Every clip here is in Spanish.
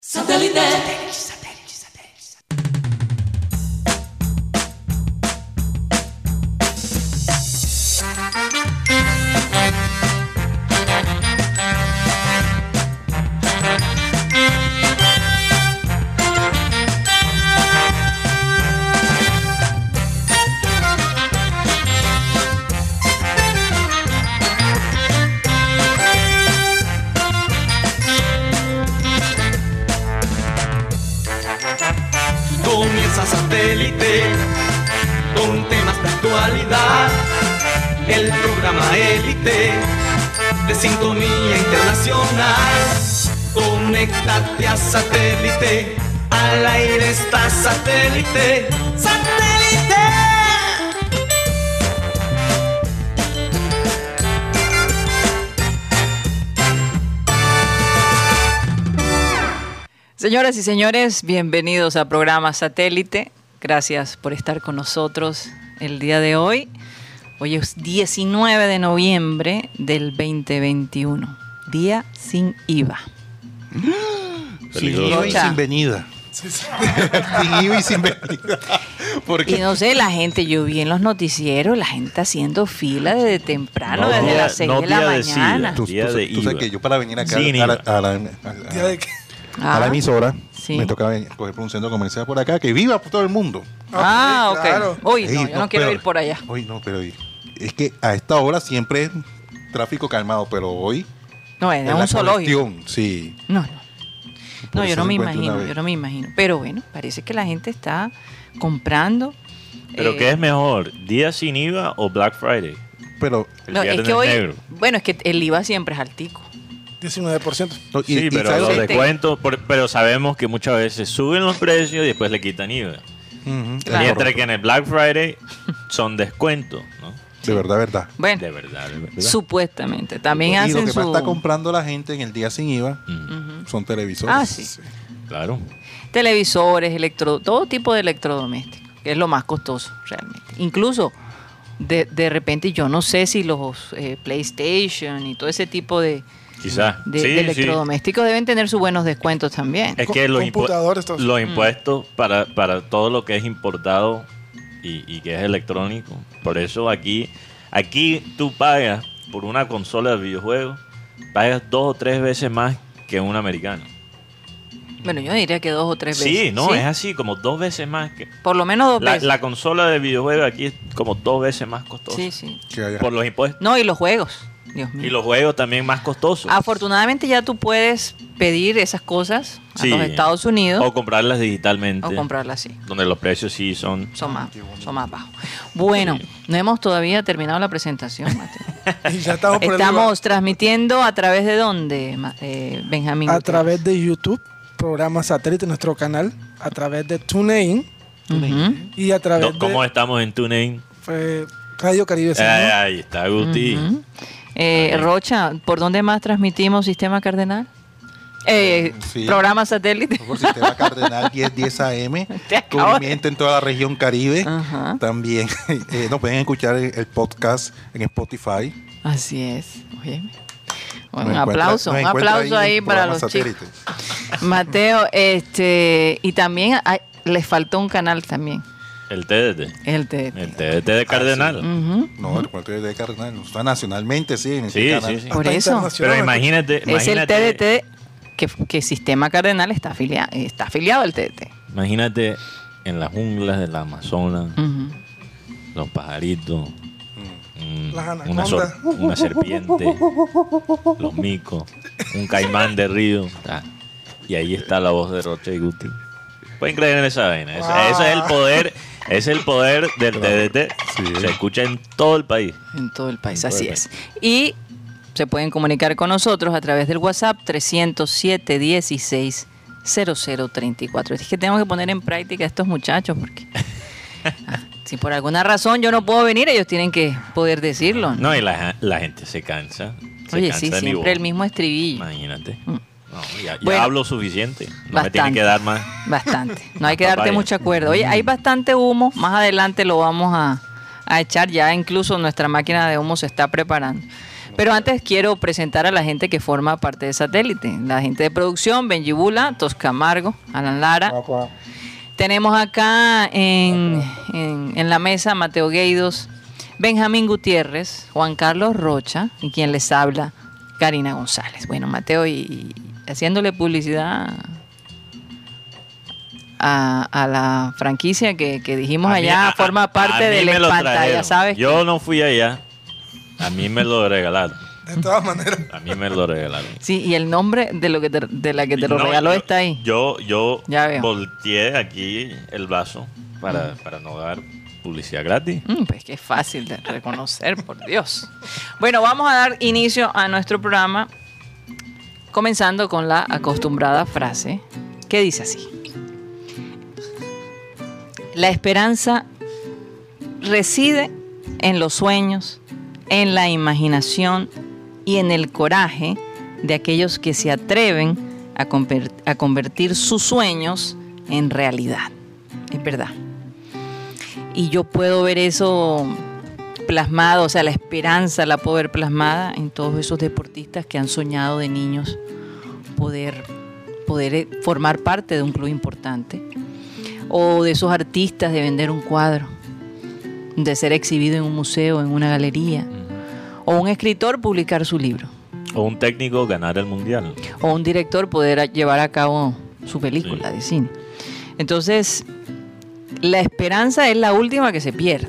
Satélite. Comienza Satélite con temas de actualidad, el programa élite de sintonía internacional. Conéctate a Satélite, al aire está Satélite. ¡Satélite! Señoras y señores, bienvenidos a programa Satélite. Gracias por estar con nosotros el día de hoy. Hoy es 19 de noviembre del 2021, día sin IVA. Sin IVA y sin venida. Sí. Sin IVA y sin venida. Y no sé, la gente, yo vi en los noticieros, la gente haciendo fila desde temprano, desde las 6 de la mañana. Tú sabes que yo para venir acá ¿Día de qué? a la emisora, sí. me tocaba coger por un centro comercial por acá, que viva por todo el mundo. Ok. Claro. Uy, no, Ey, yo no quiero pero- ir por allá. Hoy no, pero es que a esta hora siempre es tráfico calmado, pero hoy No, es es un la zoológico. congestión, sí. No. Por No, yo eso no me se encuentra una imagino, vez. yo no me imagino. Pero bueno, parece que la gente está comprando. ¿Pero qué es mejor? ¿Día sin IVA o Black Friday? Pero El No, es viernes que hoy, negro. bueno, es que el IVA siempre es altico. 19%. no, Sí, pero ¿sabes los lo que- descuentos, pero sabemos que muchas veces suben los precios y después le quitan IVA. Ujú, Claro. Mientras que en el Black Friday son descuentos, ¿no? de verdad. Bueno, De verdad, de verdad. supuestamente. También Y lo hacen que más su... está comprando la gente en el día sin IVA Mm, son televisores. Ah, sí. claro. Televisores, todo tipo de electrodomésticos, que es lo más costoso realmente. Incluso, de repente, yo no sé si los PlayStation y todo ese tipo de Quizás. de Sí, sí. electrodomésticos deben tener sus buenos descuentos también. Es que los, Computadores, todo eso. los impuestos para todo lo que es importado y que es electrónico. Por eso aquí tú pagas por una consola de videojuegos, pagas 2 o 3 veces más que un americano. Bueno, yo diría que 2 o 3 veces. Sí, no, es así, como 2 veces más que... Por lo menos 2 veces. La consola de videojuegos aquí es como 2 veces más costosa. Sí, sí. Que haya- Por los impuestos. No, y los juegos. Dios mío. Y los juegos también más costosos. Afortunadamente ya tú puedes pedir esas cosas a Sí. los Estados Unidos O comprarlas digitalmente. o comprarlas así. Donde los precios sí son... Son más bajos. Bueno, no hemos todavía terminado la presentación, Mateo. Y ya estamos por el Estamos transmitiendo a través de dónde, Benjamín. a través de YouTube, programa Satélite, nuestro canal, a través de TuneIn Ujú. y a través ¿Cómo de estamos en TuneIn? Radio Caribe. ¿no? Ahí está, Guti. Ujú. Rocha, ¿por dónde más transmitimos Sistema Cardenal? Sí. Programa Satélite. Por Sistema Cardenal 1010 AM, Te acabo de- cubrimiento en toda la región Caribe. Ajá. También nos pueden escuchar el podcast en Spotify. Así es. Oye. Bueno, Nos un aplauso, encuentra- un nos encuentra aplauso ahí en para programa los chicos. Satélite. Mateo, y también les faltó un canal también, El TDT. el TDT. El TDT de Cardenal. Ujú. No, el cuarto de Cardenal. Está nacionalmente, sí. En Sí, ese canal. sí, sí. Por Hasta eso. internacional. Pero imagínate... Es el TDT que Sistema Cardenal está afiliado al TDT. Imagínate en las junglas del Amazonas, Ujú. los pajaritos, Las anacondas. una serpiente, los micos, un caimán de río. Y ahí está la voz de Rocha y Guti. Pueden creer en esa vaina. Ese es el poder. Es el poder del TDT. Se escucha en todo el país. En todo el país, En todo así el es. Y se pueden comunicar con nosotros a través del WhatsApp 307 16 0034. Es que tengo que poner en práctica a estos muchachos porque si por alguna razón yo no puedo venir, ellos tienen que poder decirlo. ¿no? No, y la gente se cansa. Se Oye, cansa sí, de mi siempre voz. el mismo estribillo. Imagínate. Mm. No, ya Bueno, hablo suficiente. No me bastante. tienen que dar más. Bastante. No hay que darte Papaya. mucha cuerda. Oye, hay bastante humo. Más adelante lo vamos a echar. Ya incluso nuestra máquina de humo se está preparando. Pero antes quiero presentar a la gente que forma parte de Satélite. La gente de producción, Benji Bula, Tosca Amargo, Alan Lara. Tenemos acá en la mesa Mateo Gueidos, Benjamín Gutiérrez, Juan Carlos Rocha y quien les habla, Karina González. Bueno, Mateo, y haciéndole publicidad a la franquicia que dijimos allá, forma parte del pantalla, ¿sabes? Yo no fui allá, a mí me lo regalaron. De todas maneras. A mí me lo regalaron. Sí, y el nombre de la que te lo regaló está ahí. Yo Ya veo. volteé aquí el vaso para no dar publicidad gratis. Pues que es fácil de reconocer, por Dios. Bueno, vamos a dar inicio a nuestro programa comenzando con la acostumbrada frase que dice así: la esperanza reside en los sueños, en la imaginación y en el coraje de aquellos que se atreven a convertir sus sueños en realidad. Es verdad. Y yo puedo ver eso plasmado, o sea, la esperanza la puedo ver plasmada en todos esos deportistas que han soñado de niños poder formar parte de un club importante, o de esos artistas de vender un cuadro, de ser exhibido en un museo, en una galería, o un escritor publicar su libro, O un técnico ganar el mundial. o un director poder llevar a cabo su película de cine. Entonces, la esperanza es la última que se pierde.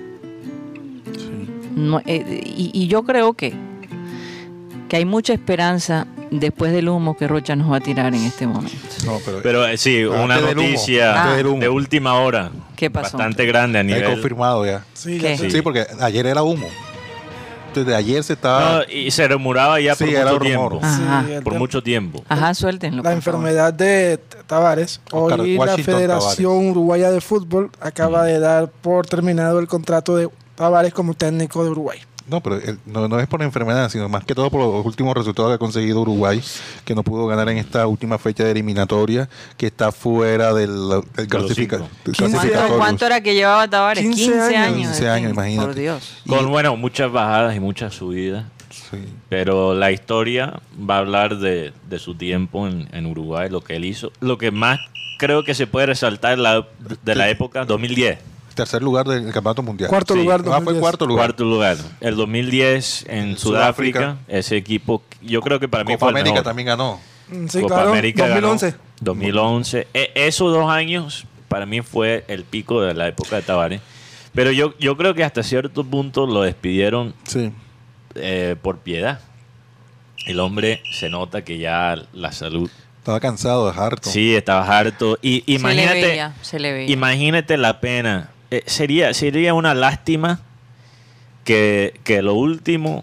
No, y yo creo que hay mucha esperanza después del humo que Rocha nos va a tirar en este momento. No, Pero sí, una antes del humo, noticia antes del humo. de última hora. ¿Qué pasó? Bastante grande a Está nivel... confirmado ya. Sí, ¿Qué? ya Sí, porque ayer era humo. Desde ayer se estaba... No, y se rumoraba ya por Sí, era mucho un rumor. tiempo. Ajá. Sí, el Por tema- mucho tiempo. Ajá, suéltenlo. La por enfermedad de Tavares. Oscar Hoy la Washington Federación Uruguaya de Fútbol acaba de dar por terminado el contrato de Tavares como técnico de Uruguay. No, pero no es por enfermedad, sino más que todo por los últimos resultados que ha conseguido Uruguay, que no pudo ganar en esta última fecha de eliminatoria, que está fuera del cinco. favor. ¿Cuánto era que llevaba Tavares? 15 años. 15 años, imagínate. Por Dios. Con, bueno, muchas bajadas y muchas subidas. Sí. Pero la historia va a hablar de su tiempo en Uruguay, lo que él hizo. Lo que más creo que se puede resaltar de la época 2010. Tercer lugar del campeonato mundial. Cuarto Sí. lugar. Fue 2010. cuarto lugar. Cuarto lugar. El 2010 en Sudáfrica, Sudáfrica. ese equipo, yo creo que para mí Copa fue el América mejor. también ganó. Sí, Copa claro. América 2011. ganó 2011. Esos 2 años para mí fue el pico de la época de Tavares. Pero yo creo que hasta cierto punto lo despidieron Sí. por piedad. El hombre se nota que ya la salud... Estaba cansado, harto. Sí, estaba harto. Y imagínate, Se le veía. imagínate la pena. Sería una lástima que lo último,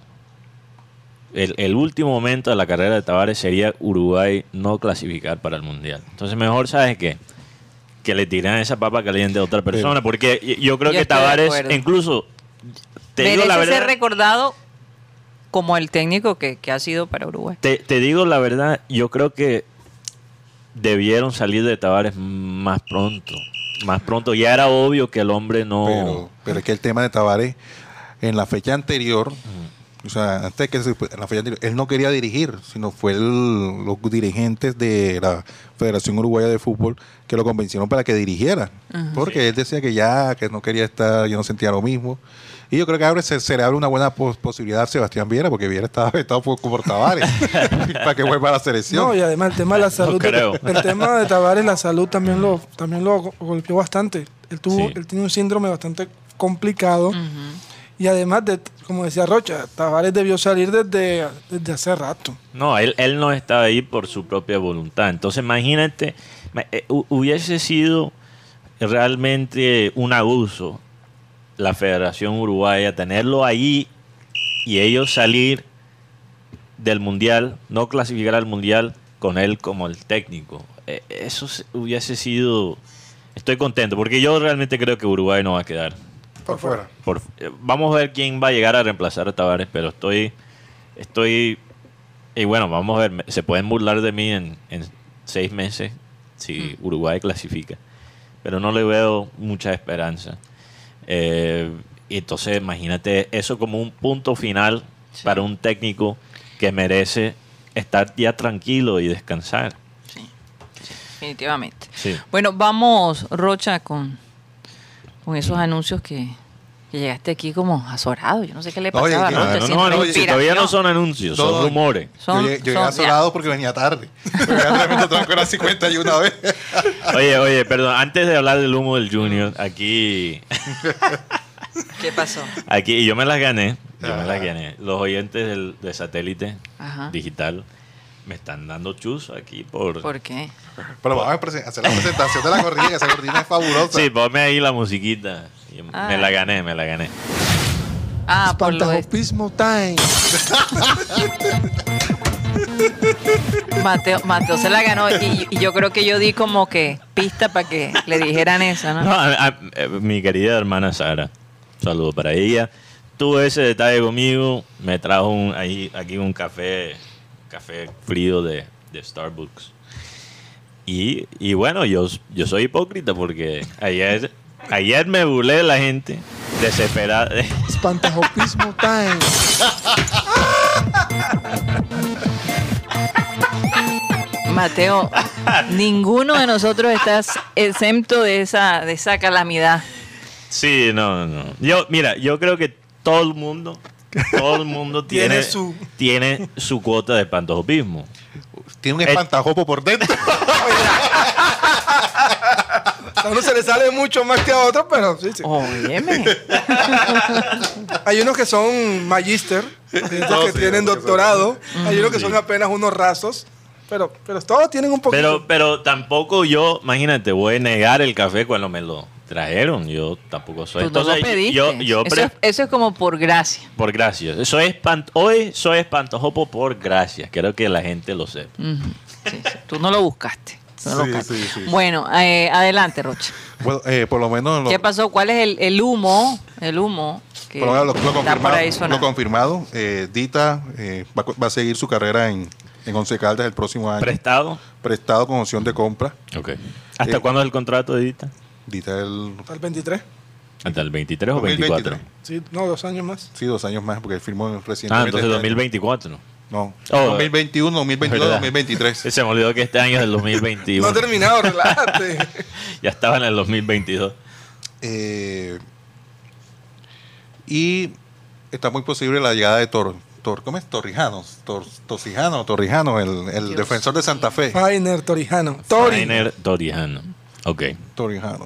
el último momento de la carrera de Tavares sería Uruguay no clasificar para el Mundial. Entonces mejor, ¿sabes qué? Que le tiran esa papa caliente a otra persona. Porque yo creo Yo que estoy de Tavares, acuerdo. incluso, te digo Merece la ser verdad, recordado como el técnico que ha sido para Uruguay. te digo la verdad, yo creo que debieron salir de Tavares más pronto. Más pronto. Ya era obvio que el hombre no... Pero es que el tema de Tavares, en la fecha anterior, o sea, antes de que en la fecha anterior, él no quería dirigir, sino fue los dirigentes de la Federación Uruguaya de Fútbol que lo convencieron para que dirigiera. Porque él decía que no quería estar, yo no sentía lo mismo. Y yo creo que ahora se le abre una buena posibilidad a Sebastián Viera, porque Viera estaba afectado por Tavares, para que vuelva a la selección. No, y además el tema de la salud. creo. El tema de Tavares, la salud también lo golpeó bastante. Él tiene un síndrome bastante complicado. Y además, como decía Rocha, Tavares debió salir desde hace rato. No, él no estaba ahí por su propia voluntad. Entonces, imagínate, hubiese sido realmente un abuso la Federación Uruguaya tenerlo ahí y ellos salir del Mundial, no clasificar al Mundial con él como el técnico. Eso hubiese sido... Estoy contento, porque yo realmente creo que Uruguay no va a quedar. Por fuera. Vamos a ver quién va a llegar a reemplazar a Tavares, pero estoy y bueno, vamos a ver, se pueden burlar de mí en 6 meses si Uruguay clasifica, pero no le veo mucha esperanza. Y entonces imagínate eso como un punto final para un técnico que merece estar ya tranquilo y descansar. Sí, definitivamente. Sí. Bueno, vamos, Rocha, con esos anuncios que llegaste aquí como azorado. Yo no sé qué le Oye, pasaba a que- Rocha. No, sin anuncios, inspiración. todavía no son anuncios, No, son no. rumores. Son- Yo llegué son- azorado porque venía tarde. Me había tremendo tronco, era 51 vez. Oye, perdón, antes de hablar del humo del Junior, aquí ¿Qué pasó? y yo me las gané. Los oyentes de satélite Ajá. digital me están dando chuzo aquí por... ¿Por qué? Pero vamos a hacer la presentación de la cortina, que esa cortina es fabulosa. Sí, ponme ahí la musiquita. Y Ah. me la gané. Ah, por lo de... Espantajopismo time. Mateo se la ganó y yo creo que yo di como que pista para que le dijeran eso, ¿no? No, mi querida hermana Sara, un saludo para ella. Tuvo ese detalle conmigo, me trajo aquí un café frío de Starbucks. Y bueno, yo soy hipócrita porque ayer me burlé de la gente desesperada. Espantajopismo time. Mateo, ninguno de nosotros está exento de esa calamidad. Sí, no. Yo creo que todo el mundo Tiene tiene su cuota de espantojopismo. Tiene un espantajopo por dentro. A uno se le sale mucho más que a otro, pero sí. Óyeme. Hay unos que son magíster, hay otros No, que sí, tienen otros que doctorado, hay unos que son apenas unos rasos, pero todos tienen un poquito. Pero tampoco yo, imagínate, voy a negar el café cuando me lo trajeron. Yo tampoco soy. Tú no lo pediste. Eso es como por gracia. por gracias. Hoy soy espantojopo por gracias. Quiero que la gente lo sepa. Ujú. Sí. Tú no lo buscaste. Tú no lo Sí, buscaste. sí, sí. Bueno, adelante, Rocha. Bueno, por lo menos ¿Qué pasó? ¿Cuál es el humo? El humo que por lo menos lo está por ahí confirmado. sonando. Dita va a seguir su carrera en Once Caldas el próximo año. ¿Prestado? con opción de compra. Ok. ¿Hasta cuándo es el contrato de Dita? Dita el Al 23. ¿Hasta el 23 o 24? 2023. Sí, no, 2 años más. Sí, 2 años más, porque él firmó Ah, recientemente. entonces este año. 2024. No, Oh, 2021, 2022, ¿verdad? 2023. Se me olvidó que este año es el No 2021. ha terminado, relájate. Ya estaba en el 2022. Y está muy posible la llegada de ¿cómo es? Torrijano, el Dios defensor de Santa Fe. Fainer Torijano. Tori. Rainer Torijano. Ok. Torijano.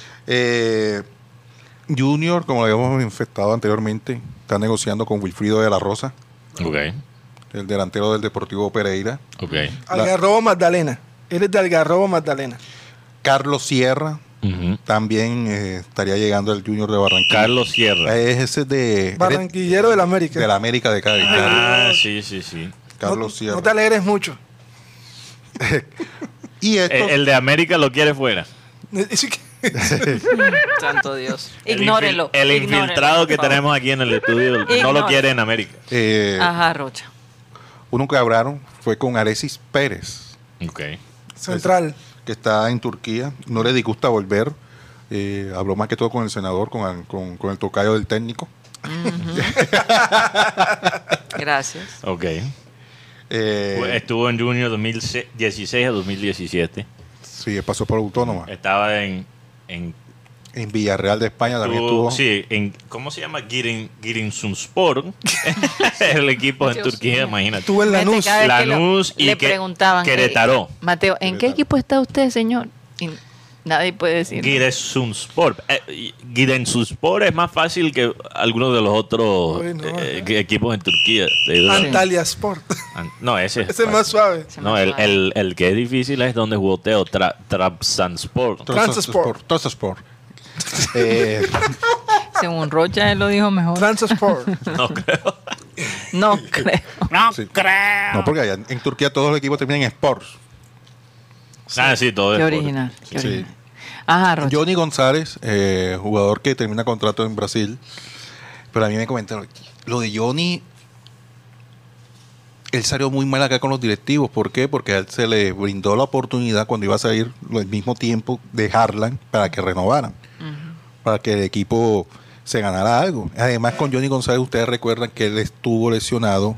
Junior, como lo habíamos manifestado anteriormente, está negociando con Wilfrido de la Rosa, Ok. el delantero del Deportivo Pereira. Ok. Algarrobo Magdalena. Él es de Algarrobo Magdalena. Carlos Sierra Ujú. también estaría llegando el Junior de Barranquilla. Carlos Sierra. Es ese de Barranquillero del América. de la América de Cádiz. Ah, sí. Carlos Sierra. No te alegres mucho. Y esto, El de América lo quiere fuera. Dice que- Santo Dios. El Ignórenlo. El ignórenlo, infiltrado que por favor. tenemos aquí en el estudio no lo Ignórenlo. quiere en América. Ajá, Rocha. uno que hablaron fue con Arecis Pérez, Ok. Central. que está en Turquía. No le disgusta volver. Habló más que todo con el senador, con el tocayo del técnico. Gracias. Ok. Eh, Estuvo en Junior 2016 a 2017. sí, pasó por Autónoma. Estaba en En Villarreal de España también estuvo. sí, ¿cómo se llama? Giresunspor. El equipo en Dios Turquía, mío. imagínate. Estuvo en Fíjate, Lanús. cada vez que Lanús y le preguntaban. Querétaro. Mateo, ¿en qué equipo está usted, señor? Y nadie puede decir. Giresunspor. Giresunspor es más fácil que algunos de los otros Uy, no, equipos en Turquía. te digo. Antalya Sport. No, ese Ese es más suave. Se No, me el, suave. el que es difícil es donde jugó Teo, Trabzonspor. Transasport. Transasport. Según Rocha, él lo dijo mejor. Transasport. No creo. No creo. Sí. No, porque allá en Turquía todos los equipos terminan en Sports. Ah, sí, todo Qué es por- original. Qué Sí. original. Ajá, Rocha. Johnny González, jugador que termina contrato en Brasil. Pero a mí me comentaron, lo de Johnny, él salió muy mal acá con los directivos. ¿Por qué? Porque a él se le brindó la oportunidad cuando iba a salir al mismo tiempo de Harlan para que renovaran. Para que el equipo se ganara algo. Además, con Johnny González, ustedes recuerdan que él estuvo lesionado,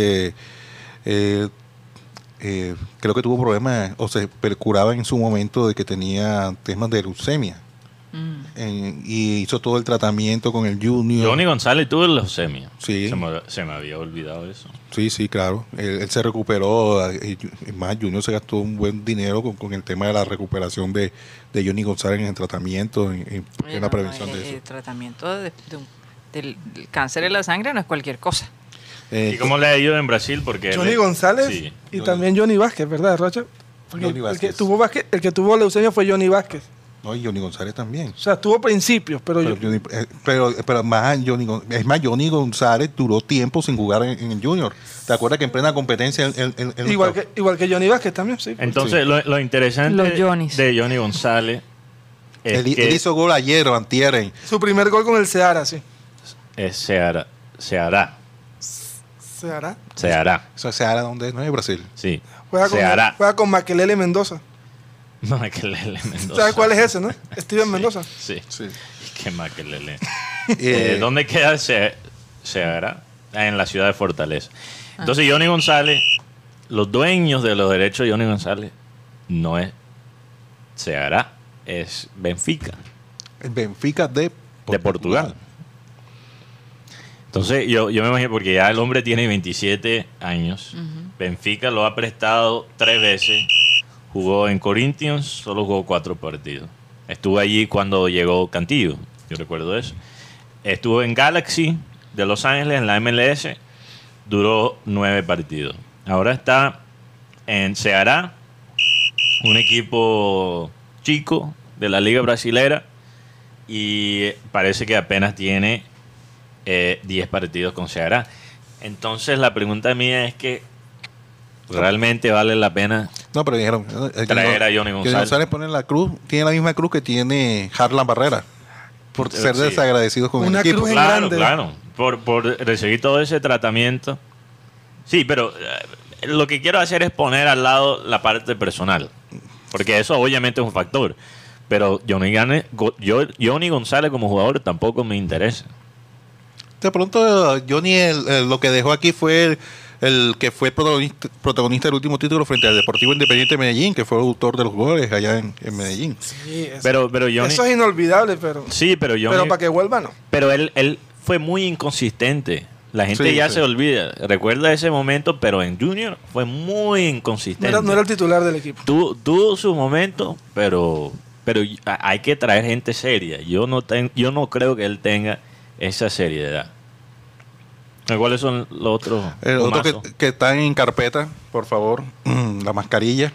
creo que tuvo problemas, o se curaba en su momento de que tenía temas de leucemia. Y hizo todo el tratamiento con el Junior. Johnny González tuvo leucemia. Sí. Se me había olvidado eso. Sí, claro. Él se recuperó. Más, Junior se gastó un buen dinero con el tema de la recuperación de Johnny González en el tratamiento, en la prevención de eso. El tratamiento del cáncer de la sangre no es cualquier cosa. ¿Y cómo le ha ido en Brasil? Porque Johnny González sí. y también Johnny Vázquez, ¿verdad, Rocha? Porque Johnny Vázquez. el que tuvo leucemia fue Johnny Vázquez. No, y Johnny González también. O sea, tuvo principios, pero Más Johnny González duró tiempo sin jugar en el Junior. ¿Te acuerdas que en plena competencia igual que Johnny Vázquez también, sí. Entonces, lo interesante de Johnny González es él hizo gol ayer o antier. Su primer gol con el Ceará, sí. Se hará. ¿Ceará? Eso se hará donde no es Brasil. Sí. Juega con Makelele Mendoza. Makelele Mendoza. ¿Sabes cuál es ese, no? Steven Mendoza. Sí. ¿Qué Makelele? Eh, ¿Dónde queda Ceará? En la ciudad de Fortaleza. Entonces, Johnny González, los dueños de los derechos de Johnny González no es Ceará, es Benfica. El Benfica de Portugal. Entonces, yo me imagino, porque ya el hombre tiene 27 años. Benfica lo ha prestado 3 veces. Jugó en Corinthians, solo jugó 4 partidos. Estuvo allí cuando llegó Cantillo, yo recuerdo eso. Estuvo en Galaxy de Los Ángeles, en la MLS, duró 9 partidos. Ahora está en Ceará, un equipo chico de la Liga Brasilera, y parece que apenas tiene 10 partidos con Ceará. Entonces la pregunta mía es que ¿realmente vale la pena pero dijeron traer a Johnny González? Johnny González pone la cruz, tiene la misma cruz que tiene Harlan Barrera, por ser Sí. desagradecidos con Una el equipo. cruz Claro, grande. claro. Por recibir todo ese tratamiento. Sí, pero lo que quiero hacer es poner al lado la parte personal. Porque eso obviamente es un factor. Pero Johnny González como jugador tampoco me interesa. De pronto, Johnny lo que dejó aquí fue el que fue protagonista del último título frente al Deportivo Independiente de Medellín, que fue el autor de los goles allá en Medellín. Sí, Pero Johnny, eso es inolvidable, pero... sí, pero Johnny, Pero para que vuelva, no. pero él fue muy inconsistente. La gente Sí, ya sí. se olvida. Recuerda ese momento, pero en Junior fue muy inconsistente. No era el titular del equipo. Tuvo su momento, pero hay que traer gente seria. Yo no creo que él tenga esa seriedad. ¿Cuáles son los otros? El otro gomazos? que están en carpeta, por favor, la mascarilla.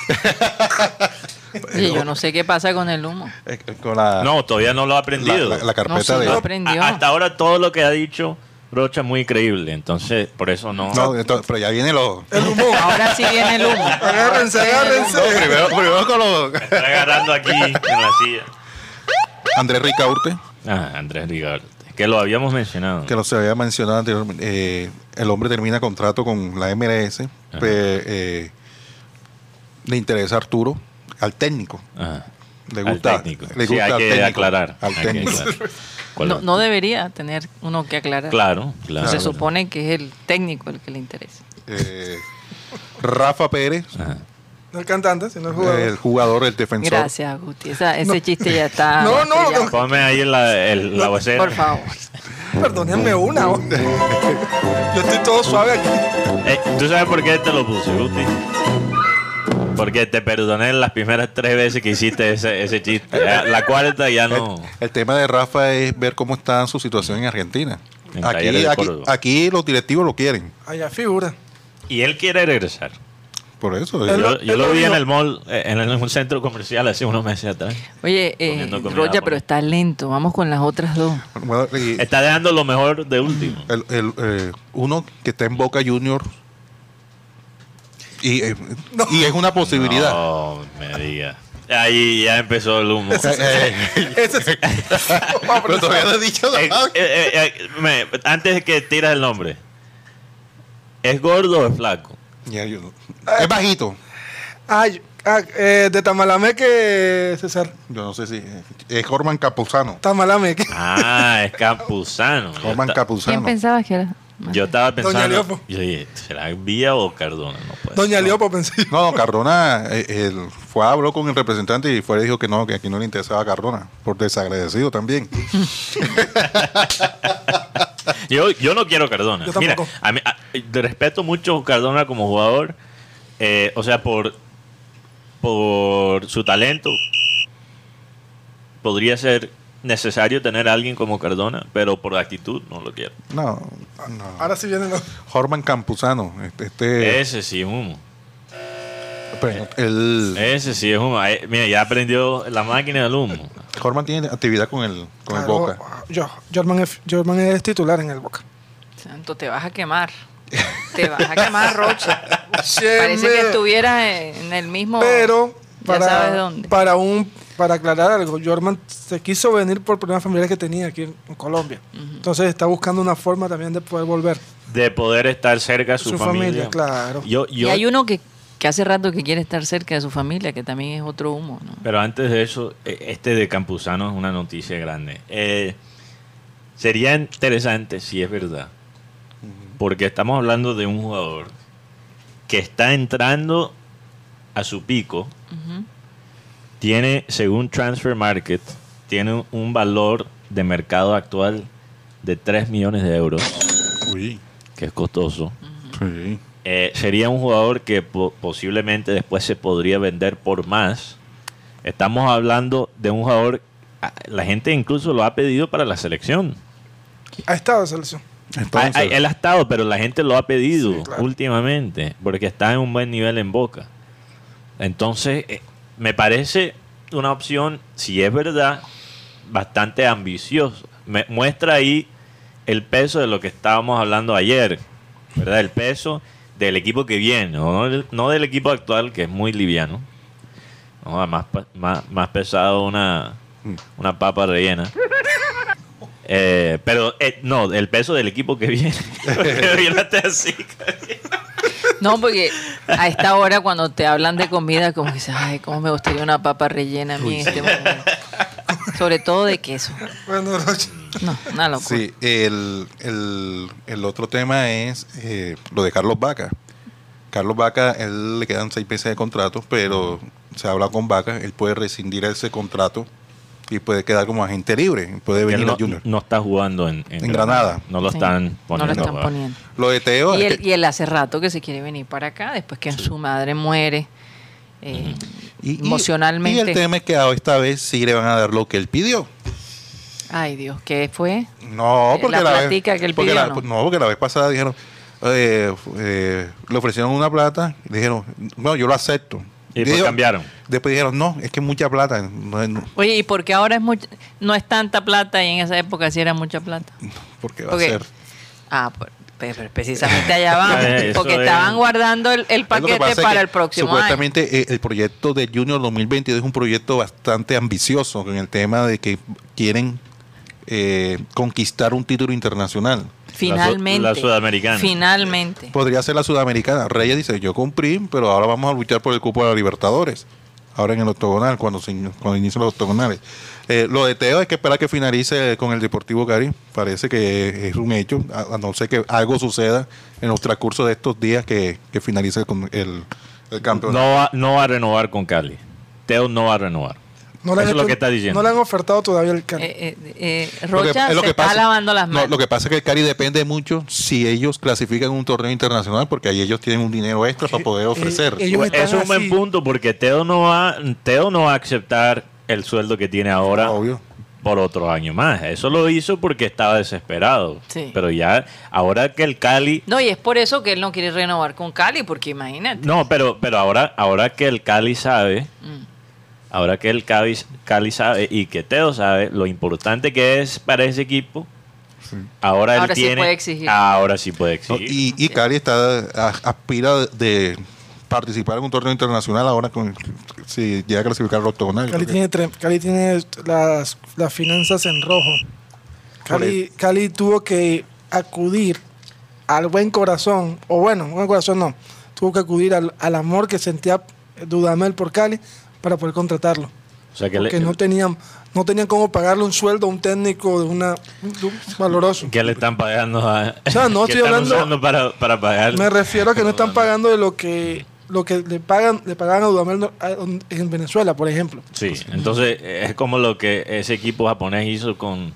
Oye, yo no sé qué pasa con el humo. Con la, No, todavía no lo ha aprendido. la carpeta No, sí, de... lo aprendió. Hasta ahora todo lo que ha dicho Rocha es muy creíble. Entonces, por eso no. No, entonces, pero ya viene los... El humo. Ahora sí viene el humo. Agárrense. primero con los... Me está agarrando aquí en la silla. Andrés Ricaurte, Andrés Rigarte, que lo habíamos mencionado. que no se había mencionado anteriormente. El hombre termina contrato con la MLS. Le interesa a Arturo, al técnico. Ajá. Le gusta, Al técnico. le Sí, gusta hay al que técnico. aclarar. Al Hay que técnico. aclarar. No debería tener uno que aclarar. Claro. Se supone que es el técnico el que le interesa. Rafa Pérez, Ajá. No el cantante, sino el jugador. el jugador, el defensor. Gracias, Guti. Ese chiste ya está. No, estrellado. Ponme ahí la vocera. Por favor. Perdónenme una. Yo estoy todo suave aquí. ¿Tú sabes por qué te lo puse, Guti? Porque te perdoné las primeras 3 veces que hiciste ese chiste. La cuarta ya no. El tema de Rafa es ver cómo está su situación en Argentina. En Talleres de Córdoba. Aquí los directivos lo quieren. Allá figura. Y él quiere regresar. Por eso. Yo lo vi en el mall, en un centro comercial hace unos meses atrás. Oye, Comiendo comida Rocha, japonesa. pero está lento. Vamos con las otras dos. Bueno, y Está dejando lo mejor de último. uno que está en Boca Juniors y es una posibilidad. No me diga. Ahí ya empezó el humo. Ese es... Pero todavía no he dicho nada. Antes de que tiras el nombre, ¿es gordo o es flaco? Es bajito. Ay, De Tamalameque, César. Yo no sé si es Jorman Campuzano. Tamalameque. Ah, es Campuzano. Jorman ¿Quién Campuzano. pensabas que era? Yo estaba pensando. Doña Leopo. Yo dije, ¿será Villa o Cardona? No puede Doña ser. Leopo, pensé. No, Cardona él habló con el representante y fue le dijo que no, que aquí no le interesaba a Cardona, por desagradecido también. Yo no quiero Cardona. Yo Mira, tampoco. te respeto mucho Cardona como jugador. O sea, por su talento, podría ser necesario tener a alguien como Cardona, pero por actitud no lo quiero. No. Ahora sí vienen los... Jorman Campuzano. Ese sí es humo. Pues, Ese sí es humo. Mira, ya aprendió la máquina del humo. Jorman tiene actividad con el Claro, Boca. Jorman es titular en el Boca. Santo, te vas a quemar. Te vas a quemar, Rocha. Parece que estuvieras en el mismo... Pero ya sabes dónde. para aclarar algo, Jorman se quiso venir por problemas familiares que tenía aquí en Colombia. Entonces está buscando una forma también de poder volver. De poder estar cerca de su familia. Claro. Y hay uno que hace rato que quiere estar cerca de su familia, que también es otro humo, ¿no? Pero antes de eso, este de Campuzano es una noticia grande. Sería interesante si es verdad. Porque estamos hablando de un jugador que está entrando a su pico. Tiene, según Transfer Market, tiene un valor de mercado actual de 3 millones de euros, Uy. que es costoso. Sí. Sería un jugador que posiblemente después se podría vender por más. Estamos hablando de un jugador, la gente incluso lo ha pedido para la selección. Ha estado en selección. Entonces, Él ha estado, pero la gente lo ha pedido Sí, claro. últimamente, porque está en un buen nivel en Boca. Entonces, me parece una opción, si es verdad, bastante ambiciosa. Muestra ahí el peso de lo que estábamos hablando ayer, ¿verdad? El peso del equipo que viene, no del equipo actual, que es muy liviano. No, más pesado una papa rellena. Pero no, el peso del equipo que viene. Mírate así. No, porque a esta hora cuando te hablan de comida, como que dices, ay, cómo me gustaría una papa rellena a mí en este momento. Sobre todo de queso. Bueno, Rocha. No, una locura. sí, el otro tema es lo de Carlos Vaca. Carlos Vaca, él le quedan 6 meses de contrato, pero se habla con Vaca, él puede rescindir ese contrato y puede quedar como agente libre, puede venir al Junior. No está jugando en Granada. No lo Sí, están poniendo. No lo están a jugar. poniendo. Lo de Teo Y es él, que- y él hace rato que se quiere venir para acá, después que su madre muere emocionalmente. Y el tema es que a esta vez sí le van a dar lo que él pidió. Ay, Dios, ¿qué fue? No, porque La la platica vez, que él porque pidió, la, ¿no? porque la vez pasada dijeron, le ofrecieron una plata, y dijeron, bueno, yo lo acepto. Y después cambiaron. Después dijeron, no, es que es mucha plata. No, Oye, ¿y por qué ahora no es tanta plata y en esa época sí era mucha plata? porque va Porque- a ser. Pero precisamente allá vamos. Eso Porque es. estaban guardando el Lo que paquete pasa es para que el próximo año. supuestamente el proyecto de Junior 2022 es un proyecto bastante ambicioso en el tema de que quieren conquistar un título internacional. Finalmente. La sudamericana. Finalmente. Podría ser la sudamericana. Reyes dice, yo cumplí, pero ahora vamos a luchar por el cupo de la Libertadores. Ahora en el octogonal, cuando inician los octogonales. Lo de Teo hay que esperar que finalice con el Deportivo Cari. Parece que es un hecho, a no ser que algo suceda en el transcurso de estos días que finalice con el campeonato. No va a renovar con Cali. Teo no va a renovar. No le han Eso es lo hecho- que está diciendo. No le han ofertado todavía el Cali. Rocha Es lo se que está pasa- lavando las manos. Lo que pasa es que el Cari depende mucho si ellos clasifican un torneo internacional, porque ahí ellos tienen un dinero extra para poder ofrecer. ellos Pues están eso es un buen así. punto porque Teo no va a aceptar el sueldo que tiene ahora Obvio. por otro año más. Eso lo hizo porque estaba desesperado. Sí. Pero ya, ahora que el Cali... No, y es por eso que él no quiere renovar con Cali, porque imagínate. No, pero ahora que el Cali sabe... Ahora que el Cali sabe y que Teo sabe lo importante que es para ese equipo, ahora él Ahora sí tiene... puede exigir. Ahora sí puede ¿no? exigir. Y Cali aspira de participar en un torneo internacional ahora si llega a clasificar al octogonal. Cali tiene las finanzas en rojo. Cali tuvo que acudir al buen corazón, o bueno, buen corazón no, tuvo que acudir al amor que sentía Dudamel por Cali para poder contratarlo. O sea que Porque no tenían cómo pagarle un sueldo a un técnico de un valoroso. ¿Qué le están pagando a.? O sea, no ¿Qué estoy están hablando- usando para pagar? Me refiero a que no están pagando de lo que le pagaban a Dudamel en Venezuela, por ejemplo. Sí, entonces es como lo que ese equipo japonés hizo con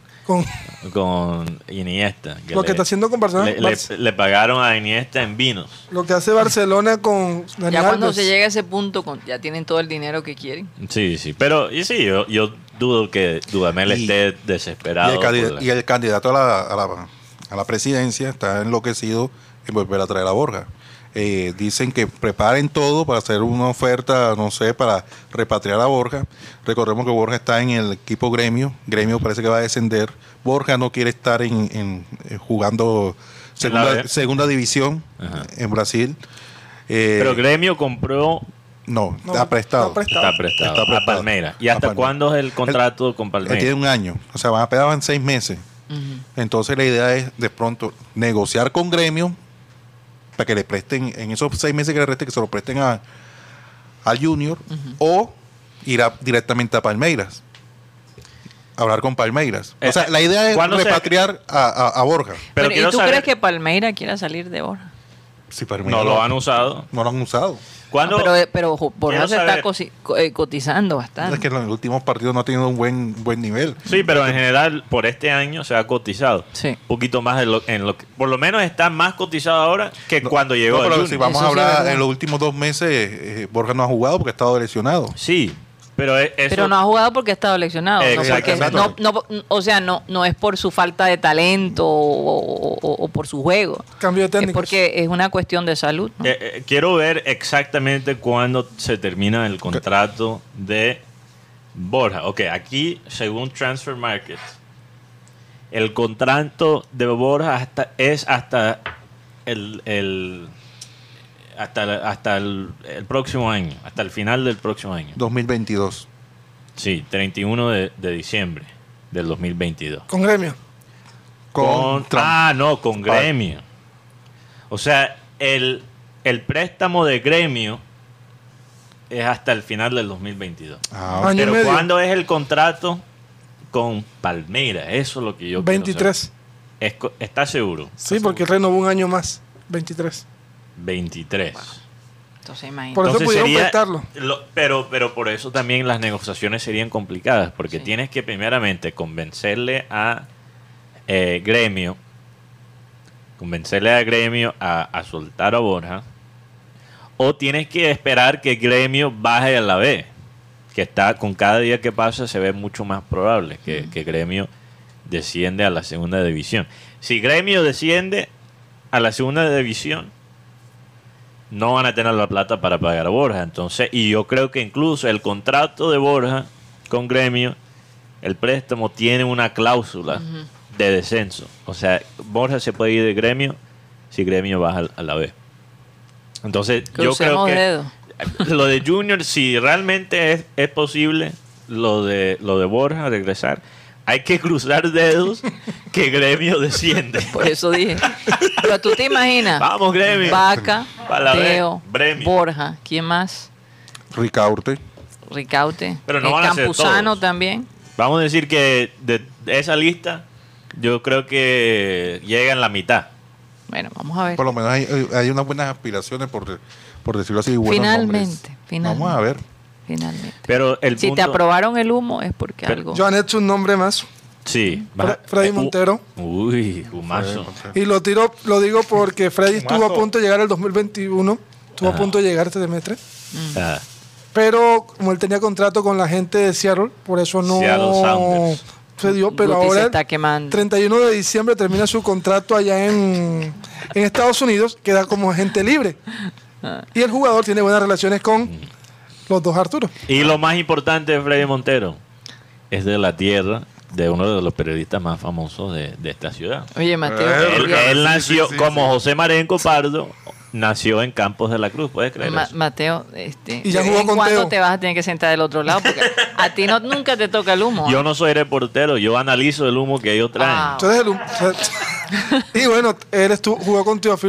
Iniesta. Lo que está haciendo con Barcelona. Le pagaron a Iniesta en vinos. Lo que hace Barcelona con Dani Ya cuando Alves. se llega a ese punto, ya tienen todo el dinero que quieren. Sí, sí. Pero yo dudo que Dudamel Y- esté desesperado. Y el candidato a la presidencia está enloquecido en volver a traer a Borja. Dicen que preparen todo para hacer una oferta, no sé, para repatriar a Borja. Recordemos que Borja está en el equipo Gremio. Gremio parece que va a descender. Borja no quiere estar jugando segunda división Ajá. en Brasil. Pero Gremio compró. No, No, está prestado. está prestado. Está prestado. Está A prestado. Palmeiras. ¿Y A hasta Palmeiras. cuándo es el contrato con Él tiene Palmeiras? un año. O sea, van a pegar en 6 meses. Entonces la idea es de pronto negociar con Gremio para que le presten, en esos 6 meses que le resten, que se lo presten al Junior, o ir directamente a Palmeiras. Hablar con Palmeiras. O sea, la idea es ¿cuándo se- repatriar a Borja. Pero ¿Y quiero tú saber- crees que Palmeira quiera salir de Borja? Si Palmeiras No lo han usado. no lo han usado. ¿Cuándo? Pero Borja Quiero se está saber- cotizando Es bastante. que en los últimos partidos no ha tenido un buen nivel. Sí, pero en general por este año se ha cotizado. Sí. Un poquito más de lo que. Por lo menos está más cotizado ahora que cuando llegó No, el pero Junior. si vamos Eso a sí es hablar, verdad. en los últimos 2 meses, Borja no ha jugado porque ha estado lesionado. Sí, pero eso. Pero no ha jugado porque ha estado lesionado. Exacto. O sea, no es por su falta de talento o por su juego. Cambio de Es técnicos. porque es una cuestión de salud, ¿no? Quiero ver exactamente cuándo se termina el contrato de Borja. Ok, aquí, según Transfer Market, el contrato de Borja es hasta el próximo año, hasta el final del próximo año. 2022. Sí, 31 de diciembre del 2022. Con Gremio. Con Trump. Con Gremio. O sea, el préstamo de Gremio es hasta el final del 2022. Ah, Año y Pero medio. ¿cuándo es el contrato con Palmeiras? Eso es lo que yo 23. quiero saber. ¿Estás seguro? Sí, porque renovó un año más. 23. 23. Entonces, imagínate. Por eso pudieron prestarlo. Pero por eso también las negociaciones serían complicadas, porque Sí. tienes que primeramente convencerle a Gremio a soltar a Borja, o tienes que esperar que Gremio baje a la B, que está con cada día que pasa se ve mucho más probable que Gremio desciende a la segunda división. Si Gremio desciende a la segunda división, no van a tener la plata para pagar a Borja. Entonces, y yo creo que incluso el contrato de Borja con Gremio, el préstamo tiene una cláusula de descenso. O sea, Borja se puede ir de Gremio si Gremio baja a la B. Entonces, yo creo Crucemos que dedos. lo de Junior, si realmente es posible lo de Borja regresar, hay que cruzar dedos que Gremio desciende. Por eso dije. Pero tú te imaginas. Vamos, Gremio. Vaca, Pa' la B, Teo, Gremio. Borja. ¿Quién más? Ricaurte. Ricaute. Pero no van a ser Campuzano todos. también. Vamos a decir que de esa lista, yo creo que llega en la mitad. Bueno, vamos a ver. Por lo menos hay unas buenas aspiraciones, por decirlo así. Buenos Finalmente, nombres. Vamos a ver. Finalmente. Pero el Si punto, te aprobaron el humo es porque Pero- algo. Joan hecho un nombre más. Sí. Freddy Montero. Uy, humazo. Y lo digo porque Freddy estuvo a Mazo. punto de llegar el 2021. Estuvo a punto de llegar este semestre. Ah, Pero como él tenía contrato con la gente de Seattle, por eso no Seattle Sounders. se dio. Pero Guti se ahora, está quemando. 31 de diciembre, termina su contrato allá en Estados Unidos, queda como agente libre. Y el jugador tiene buenas relaciones con los dos Arturos. Y lo más importante de Freddy Montero es de la tierra de uno de los periodistas más famosos de esta ciudad. Oye, Mateo. Él nació, sí, como sí. José Marenco Pardo, nació en Campos de la Cruz, ¿puedes creer eso? Mateo, Y ya jugó ¿en con cuándo Teo. te vas a tener que sentar del otro lado? Porque a ti nunca te toca el humo. Yo no soy reportero, yo analizo el humo que ellos traen. Ah. Entonces, y bueno, él jugó con Teófilo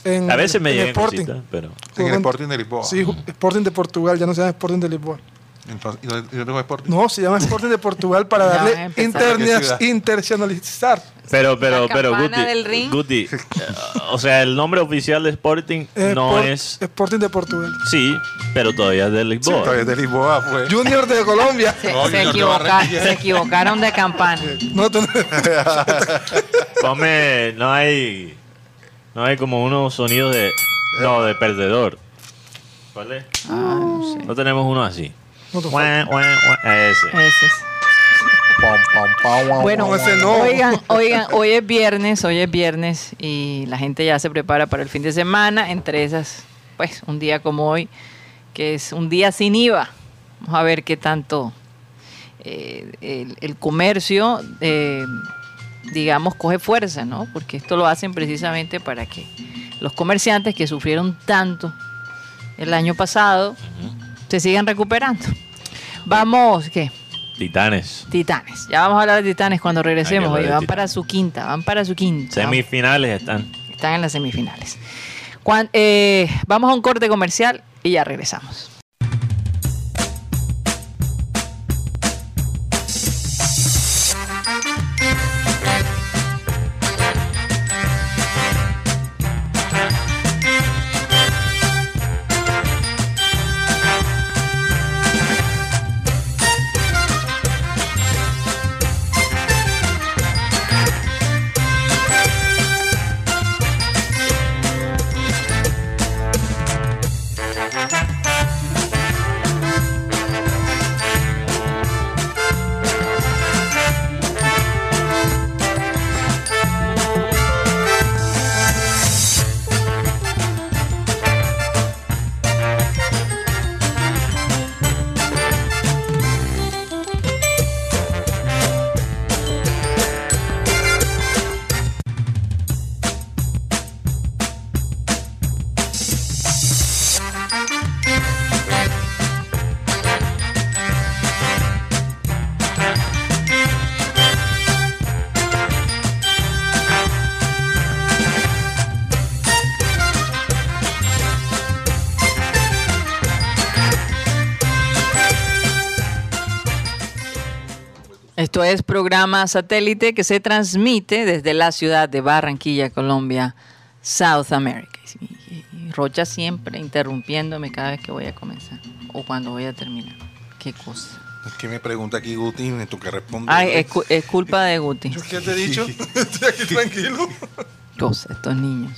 En, A veces me en llegan Sporting. cositas, pero... En el Sporting de Lisboa. Sí, Sporting de Portugal, ya no se llama Sporting de Lisboa. Entonces, ¿y no tengo Sporting? No, se llama Sporting de Portugal para Ya darle vas a empezar. ¿Qué ciudad? internacionalizar. Pero La campana del ring. Guti, o sea, el nombre oficial de Sporting no es... Sporting de Portugal. Sí, pero todavía es de Lisboa. Todavía es de Lisboa, pues. Junior de Colombia. No, yo no te Se equivocaron de campana. No, tú no- Ponme, no hay como unos sonidos de perdedor. ¿Cuál es? No sé. No tenemos uno así. no te- Ese. Ese es. Bueno, No, ese no. oigan, hoy es viernes y la gente ya se prepara para el fin de semana, entre esas, pues, un día como hoy, que es un día sin IVA. Vamos a ver qué tanto el comercio, digamos, coge fuerza, ¿no? Porque esto lo hacen precisamente para que los comerciantes que sufrieron tanto el año pasado se sigan recuperando. Vamos, ¿qué? Titanes. Titanes. Ya vamos a hablar de Titanes cuando regresemos. hablar Oye, de van Titanes. para su quinta. Semifinales están. Están en las semifinales. Vamos a un corte comercial y ya regresamos. Esto es programa satélite que se transmite desde la ciudad de Barranquilla, Colombia, South America. Y Rocha siempre interrumpiéndome cada vez que voy a comenzar o cuando voy a terminar. Qué cosa. Es que me pregunta aquí Guti, me toca responder. Ay, es culpa de Guti. ¿Yo qué te he dicho? Estoy aquí tranquilo. Cosa, estos niños.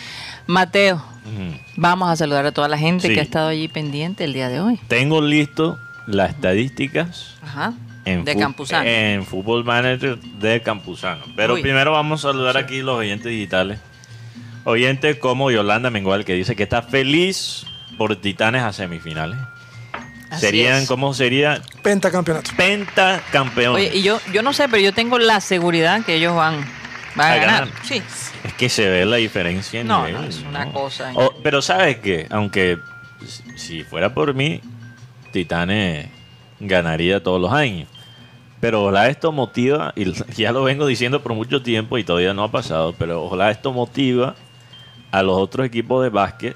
Mateo, vamos a saludar a toda la gente Sí. que ha estado allí pendiente el día de hoy. Tengo listo las estadísticas Ajá. en De Campuzano. En Football Manager de Campuzano. Pero Uy. primero vamos a saludar aquí los oyentes digitales. Oyentes como Yolanda Mengual, que dice que está feliz por Titanes a semifinales. Así Serían, es. ¿cómo sería? Pentacampeonato. Pentacampeón. Oye, y yo no sé, pero yo tengo la seguridad que ellos van a ganar. Sí. Es que se ve la diferencia en No, nivel, no, es una ¿no? cosa. Pero ¿sabes qué? Aunque si fuera por mí, Titanes ganaría todos los años. Pero ojalá esto motiva, y ya lo vengo diciendo por mucho tiempo y todavía no ha pasado, pero ojalá esto motiva a los otros equipos de básquet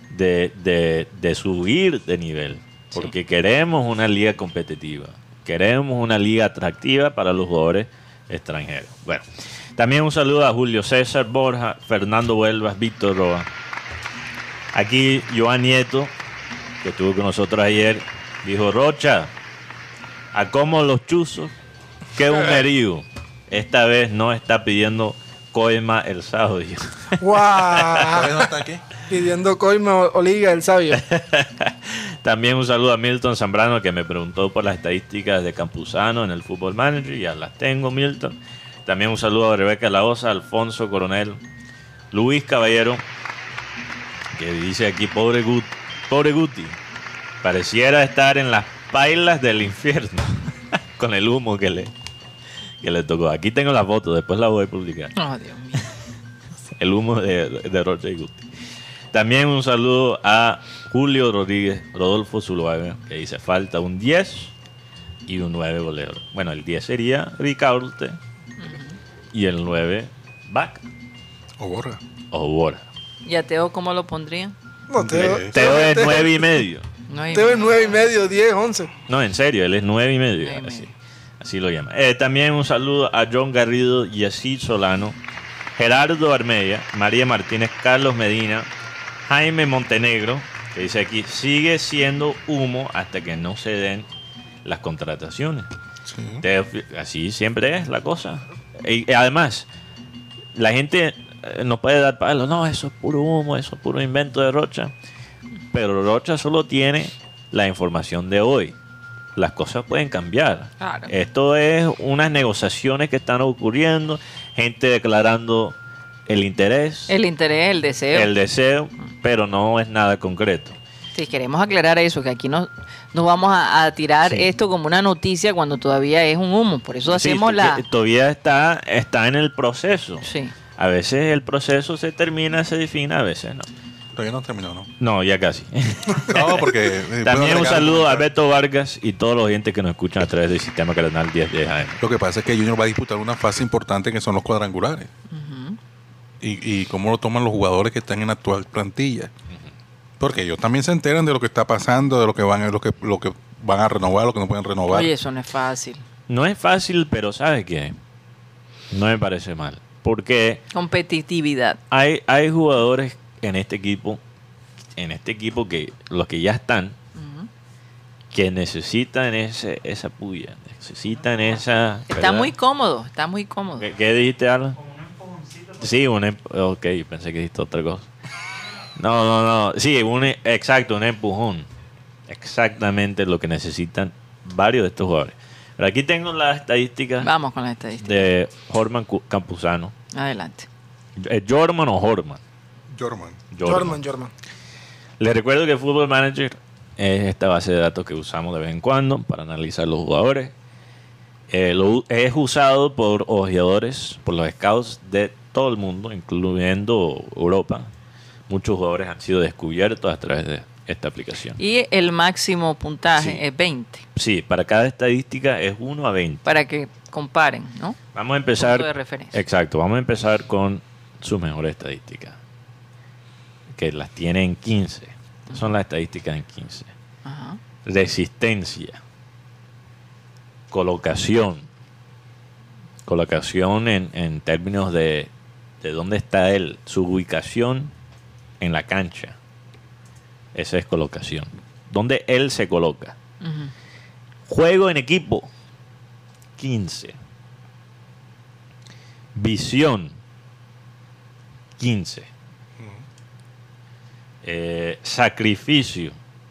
de subir de nivel. Porque queremos una liga competitiva, queremos una liga atractiva para los jugadores extranjeros. Bueno, también un saludo a Julio César Borja, Fernando Huelvas, Víctor Roa. Aquí Joan Nieto, que estuvo con nosotros ayer, dijo: Rocha, a como los chuzos, que un merío. Esta vez no está pidiendo coima el sábado. ¡Guau! ¿No está aquí? Pidiendo coima o liga el sabio. También un saludo a Milton Zambrano, que me preguntó por las estadísticas de Campuzano en el Football Manager. Ya las tengo, Milton. También un saludo a Rebeca Laosa, Alfonso Coronel, Luis Caballero, que dice aquí: pobre Guti, pareciera estar en las pailas del infierno con el humo que le tocó. Aquí tengo la foto, después la voy a publicar. Oh, Dios mío. El humo de Rocha y Guti. También un saludo a Julio Rodolfo Zuluaga, que dice: falta un 10 y un 9 goleador. Bueno, el 10 sería Ricaurte y el 9 Vaca O Borja. o Bora. ¿Y a Teo cómo lo pondrían? No, Teo es 9.5. Teo es 9.5, 10, 11. No, en serio, él es 9.5. Así lo llama. También un saludo a John Garrido, Yesid Solano, Gerardo Armedia, María Martínez, Carlos Medina, Jaime Montenegro, que dice aquí, sigue siendo humo hasta que no se den las contrataciones. Sí. Así siempre es la cosa. Y además, la gente nos puede dar palos, no, eso es puro humo, eso es puro invento de Rocha. Pero Rocha solo tiene la información de hoy. Las cosas pueden cambiar. Claro. Esto es unas negociaciones que están ocurriendo, gente declarando el interés. El interés, el deseo. El deseo, pero no es nada concreto. Sí, queremos aclarar eso, que aquí no vamos a tirar esto como una noticia cuando todavía es un humo. Por eso hacemos todavía está en el proceso. Sí. A veces el proceso se termina, se define, a veces no. Todavía no terminó, ¿no? No, ya casi. No, porque... También un saludo a Alberto Vargas y todos los oyentes que nos escuchan a través del Sistema Cardenal 1010 AM. Lo que pasa es que Junior va a disputar una fase importante que son los cuadrangulares. Y cómo lo toman los jugadores que están en la actual plantilla. Porque ellos también se enteran de lo que está pasando, de lo que van a renovar, lo que no pueden renovar. Oye, eso no es fácil. No es fácil, pero ¿sabes qué? No me parece mal. Porque... competitividad. Hay jugadores en este equipo que los que ya están, que necesitan esa puya, necesitan esa... Está ¿verdad? muy cómodo. ¿Qué dijiste, Alan? Sí, ok, pensé que dijiste otra cosa. No. Sí, exacto, un empujón. Exactamente lo que necesitan varios de estos jugadores. Pero aquí tengo las estadísticas. Vamos con las estadísticas. De Jorman Campuzano. Adelante. ¿Jorman o Horman? Jorman. Les recuerdo que Football Manager es esta base de datos que usamos de vez en cuando para analizar los jugadores. Es usado por ojeadores, por los scouts de todo el mundo, incluyendo Europa. Muchos jugadores han sido descubiertos a través de esta aplicación. Y el máximo puntaje es 20. Sí, para cada estadística es 1 a 20. Para que comparen, ¿no? Vamos a empezar. Punto de referencia. Exacto, vamos a empezar con sus mejores estadísticas, que las tiene en 15. Son las estadísticas en 15. Ajá. Resistencia. Colocación en términos de dónde está él, su ubicación en la cancha. Esa es colocación. ¿Dónde él se coloca? Juego en equipo, 15. Visión, 15. Sacrificio,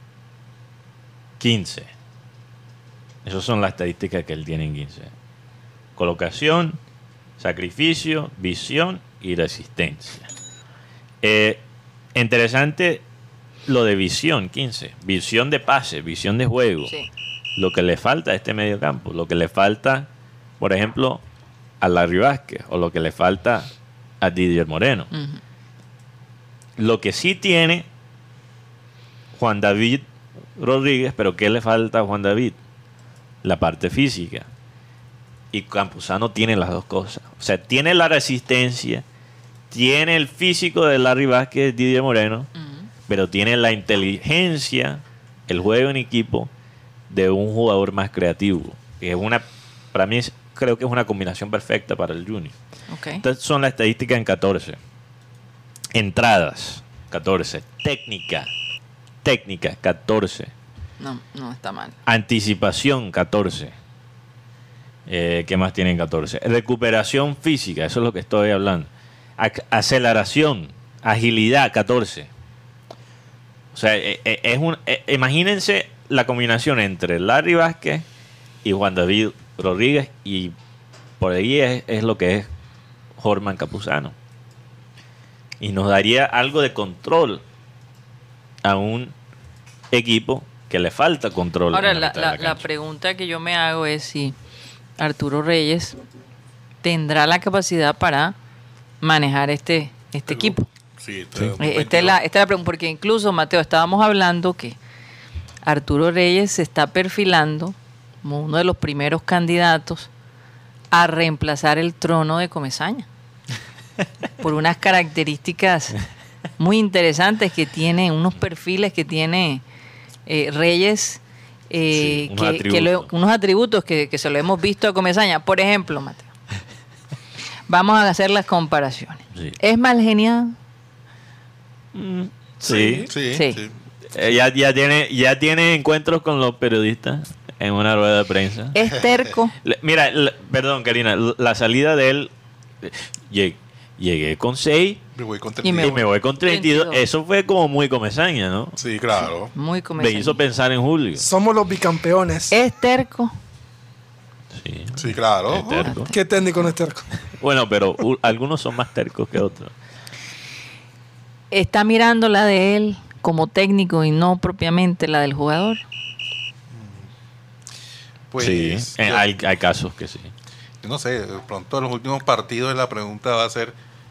15. Esas son las estadísticas que él tiene en 15. Colocación, sacrificio, visión y resistencia. Interesante lo de visión, 15. Visión de pase, visión de juego. Sí. Lo que le falta a este mediocampo, lo que le falta, por ejemplo, a Larry Vázquez o lo que le falta a Didier Moreno. Lo que sí tiene Juan David Rodríguez, pero ¿qué le falta a Juan David? La parte física. Y Campuzano tiene las dos cosas. O sea, tiene la resistencia, tiene el físico de Larry Vázquez, Didier Moreno, pero tiene la inteligencia, el juego en equipo de un jugador más creativo. Que es para mí creo que es una combinación perfecta para el Junior. Okay. Entonces son las estadísticas en 14. Entradas, 14. Técnica, 14. No está mal. Anticipación, 14. ¿Qué más tienen 14? Recuperación física, eso es lo que estoy hablando. Aceleración, agilidad, 14. O sea, imagínense la combinación entre Larry Vázquez y Juan David Rodríguez, y por ahí es lo que es Jorman Campuzano. Y nos daría algo de control a un equipo que le falta control. Ahora, la pregunta que yo me hago es si Arturo Reyes tendrá la capacidad para manejar este equipo. Sí, esta es la pregunta, porque incluso, Mateo, estábamos hablando que Arturo Reyes se está perfilando como uno de los primeros candidatos a reemplazar el trono de Comesaña por unas características muy interesantes que tiene, unos perfiles que tiene Reyes, Sí, unos unos atributos que se lo hemos visto a Comesaña. Por ejemplo, Mateo, vamos a hacer las comparaciones. Sí. ¿Es mal geniado? Sí. Sí. Ya tiene encuentros con los periodistas en una rueda de prensa. ¿Es terco? Mira, perdón, Karina, la salida de él, llegué con 6 Me voy con Y me 32. y me voy con 32. 32. Eso fue como muy Comesaña, ¿no? Sí, claro. Muy Me Comesaña. hizo pensar en Julio. Somos los bicampeones. ¿Es terco? Sí, Sí, claro. es terco. ¿Qué técnico no es terco? Bueno, pero algunos son más tercos que otros. ¿Está mirando la de él como técnico y no propiamente la del jugador? Pues, Sí, yo- hay casos que sí. yo no sé, de pronto en los últimos partidos la pregunta va a ser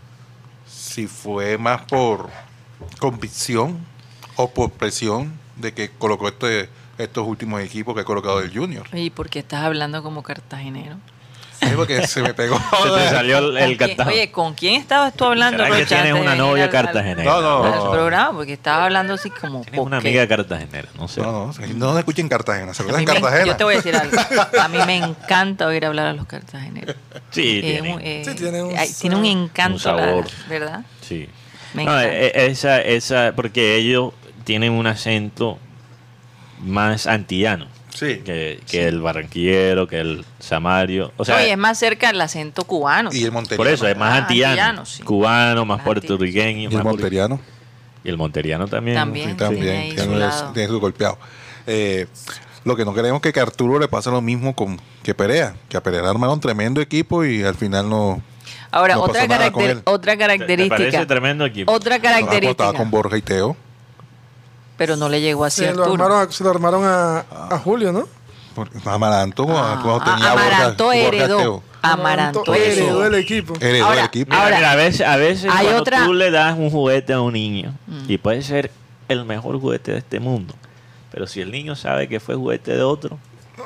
si fue más por convicción o por presión de que colocó estos últimos equipos que ha colocado el Junior. ¿Y por qué estás hablando como cartagenero? Sí, porque se me pegó. Se te salió el ¿Con quién- Cartagena. Oye, ¿con quién estabas tú hablando? ¿Será que Rocha, tienes antes de una venir novia al cartagenera? No. programa? Porque estabas hablando así como... Tienes una ¿por qué? amiga cartagenera, no sé. No escuchen Cartagena, se A verdad mí en Cartagena. yo te voy a decir algo. A mí me encanta oír hablar a los cartageneros. Sí, tiene. Sí, tiene un tiene un encanto, un sabor. ¿verdad? Sí. Me No, encanta. esa, porque ellos tienen un acento más antillano Sí. que el barranquillero, que el samario. O sea, Oye, es más cerca del acento cubano. Y el monteriano. por eso es más antillano. antillano, sí. Cubano, más Más puertorriqueño. Y el más monteriano. Y el monteriano también. También. Sí, Tiene también. ahí su Tiene, lado. tiene su golpeado. Lo que no queremos es que a Arturo le pase lo mismo que Perea. Que a Perea le armaron tremendo equipo y al final no. Ahora, no otra, pasó nada con él. otra ¿Te parece característica. tremendo equipo? Otra Estaba característica. con Borja y Teo. Pero no le llegó así a Se lo Arturo. armaron a Julio, ¿no? Amaranto, cuando tenía Amaranto Borja, heredó. Teo. Amaranto heredó heredó. el equipo. Heredó Ahora, el equipo. Mira, Ahora, mira, a veces hay cuando otra- tú le das un juguete a un niño y puede ser el mejor juguete de este mundo, pero si el niño sabe que fue juguete de otro,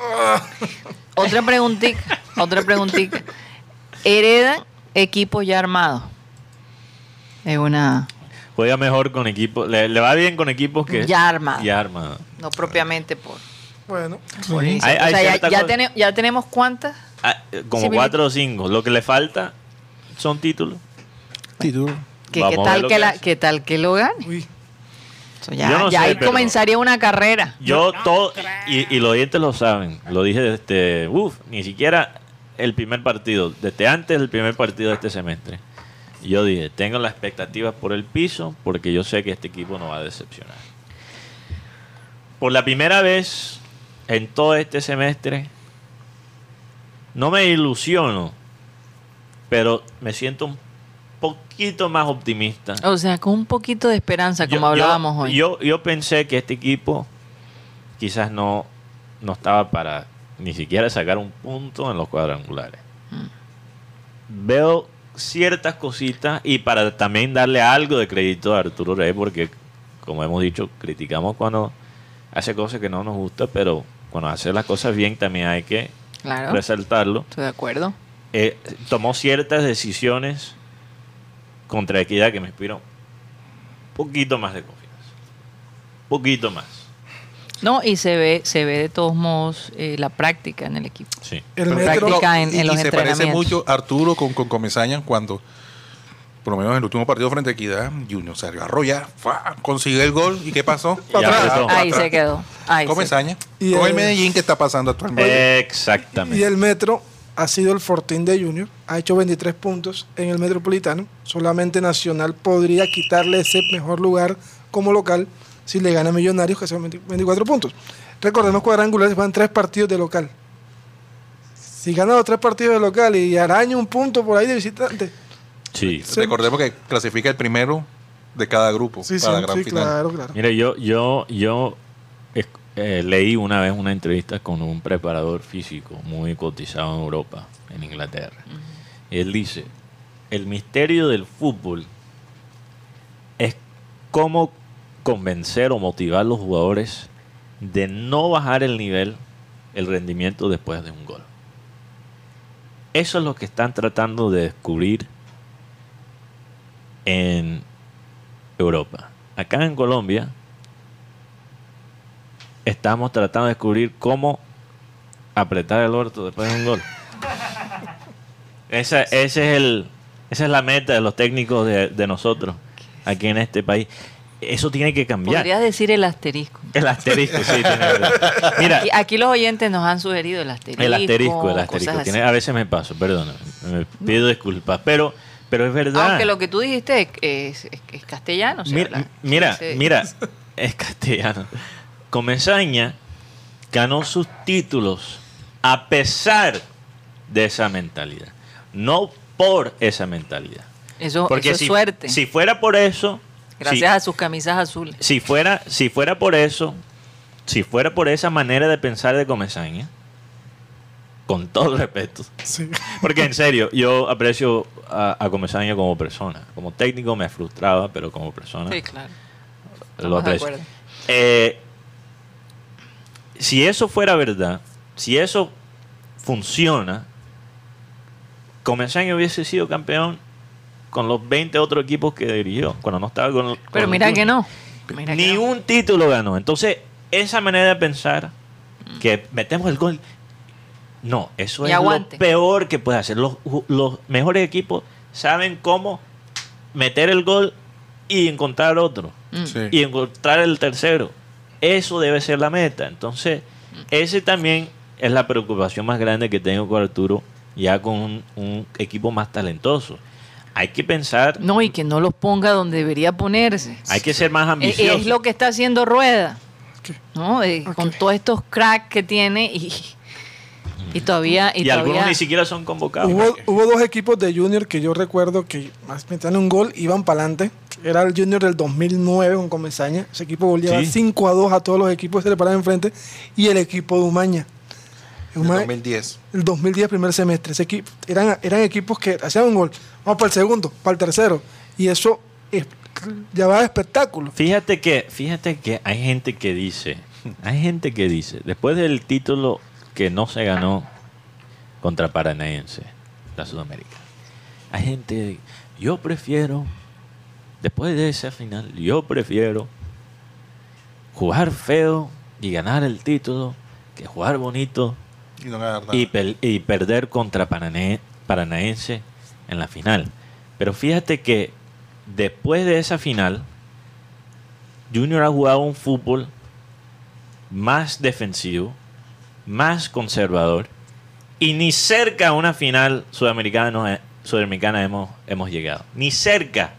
Otra preguntita. ¿Heredan equipos ya armados? Es una... juega mejor con equipos, le va bien con equipos que Ya armados. ya armados. No propiamente por... Bueno, por eso. Hay O sea, ciertas cosas- ya tenemos ¿cuántas? Como Sí, 4 o 5. Lo que le falta son títulos. Título. ¿Qué Vamos a ver tal lo que que hace. qué tal que lo gane? uy. Eso ya Yo no ya sé, ahí pero- comenzaría una carrera. Yo todo, y los oyentes lo saben, lo dije desde, ni siquiera el primer partido, desde antes del primer partido de este semestre. Yo dije, tengo las expectativas por el piso porque yo sé que este equipo no va a decepcionar. Por la primera vez en todo este semestre, no me ilusiono, pero me siento un poquito más optimista. O sea, con un poquito de esperanza, como hablábamos hoy. Yo pensé que este equipo quizás no estaba para ni siquiera sacar un punto en los cuadrangulares. Veo ciertas cositas y para también darle algo de crédito a Arturo Reyes, porque como hemos dicho, criticamos cuando hace cosas que no nos gusta, pero cuando hace las cosas bien también hay que Claro, resaltarlo. estoy de acuerdo. Tomó ciertas decisiones contra Equidad que me inspiran un poquito más de confianza. Poquito más. No, y se ve de todos modos la práctica en el equipo. Sí. El Pero metro, práctica en los se parece entrenamientos. mucho Arturo con Comesaña cuando, por lo menos en el último partido frente a Equidad, Junior se agarró ya, consigue el gol. ¿Y qué pasó? Ya apretó. Ahí se quedó. Ahí se- Comesaña. Y Con el el- Medellín que está pasando actualmente. Exactamente. y el Metro ha sido el fortín de Junior. Ha hecho 23 puntos en el Metropolitano. Solamente Nacional podría quitarle ese mejor lugar como local si le gana a Millonarios, que son 24 puntos. Recordemos cuadrangulares van 3 partidos de local. Si gana los 3 partidos de local y araña un punto por ahí de visitante. Sí. Recordemos que clasifica el primero de cada grupo Sí, sí, para la gran sí, final. claro, claro. Mire, yo leí una vez una entrevista con un preparador físico muy cotizado en Europa, en Inglaterra. Y él dice, el misterio del fútbol es cómo convencer o motivar a los jugadores de no bajar el nivel, el rendimiento después de un gol. Eso es lo que están tratando de descubrir en Europa. Acá en Colombia estamos tratando de descubrir cómo apretar el orto después de un gol. Esa es la meta de los técnicos de nosotros aquí en este país. Eso tiene que cambiar. Podrías decir el asterisco. El asterisco, sí. Mira, Aquí los oyentes nos han sugerido el asterisco. el asterisco. cosas así. A veces me paso, perdón. Me pido disculpas, pero es verdad. Aunque lo que tú dijiste es castellano. O sea, Mira, es castellano. Comesaña ganó sus títulos a pesar de esa mentalidad. No por esa mentalidad. Eso Porque es suerte. Si fuera por eso... Gracias a sus camisas azules. Si fuera por eso, si fuera por esa manera de pensar de Comesaña, con todo el respeto, Sí. porque en serio, yo aprecio a Comesaña como persona. Como técnico me frustraba, pero como persona Sí, claro. lo Estamos de aprecio. acuerdo. Si eso fuera verdad, si eso funciona, Comesaña hubiese sido campeón con los 20 otros equipos que dirigió, cuando no estaba con Pero los mira que Juniors. no. Mira que Ni no. un título ganó. Entonces, esa manera de pensar que metemos el gol, no, eso Y es aguante. lo peor que puede hacer. Los mejores equipos saben cómo meter el gol y encontrar otro. Sí. Y encontrar el tercero. Eso debe ser la meta. Entonces, ese también es la preocupación más grande que tengo con Arturo, ya con un equipo más talentoso. Hay que pensar, No, y que no los ponga donde debería ponerse. hay que ser más ambicioso. Es lo que está haciendo Rueda. ¿Qué? ¿No? Con todos estos cracks que tiene y todavía... Y algunos ni siquiera son convocados. Hubo dos equipos de Junior que yo recuerdo que más metían un gol, iban para adelante. Era el Junior del 2009 con Comesaña. Ese equipo goleaba Sí. 5-2 a todos los equipos que se le paraban enfrente. Y el equipo de Umaña. En 2010. El 2010, primer semestre. Ese equipo, eran equipos que hacían un gol. Vamos para el segundo, para el tercero. Y eso llevaba espectáculo. Fíjate que hay gente que dice, después del título que no se ganó contra Paranaense, la Sudamericana, hay gente, después de esa final, yo prefiero jugar feo y ganar el título que jugar bonito Y no ganar nada. y perder contra Paranaense en la final. Pero fíjate que después de esa final, Junior ha jugado un fútbol más defensivo, más conservador, y ni cerca a una final sudamericana hemos llegado. Ni cerca.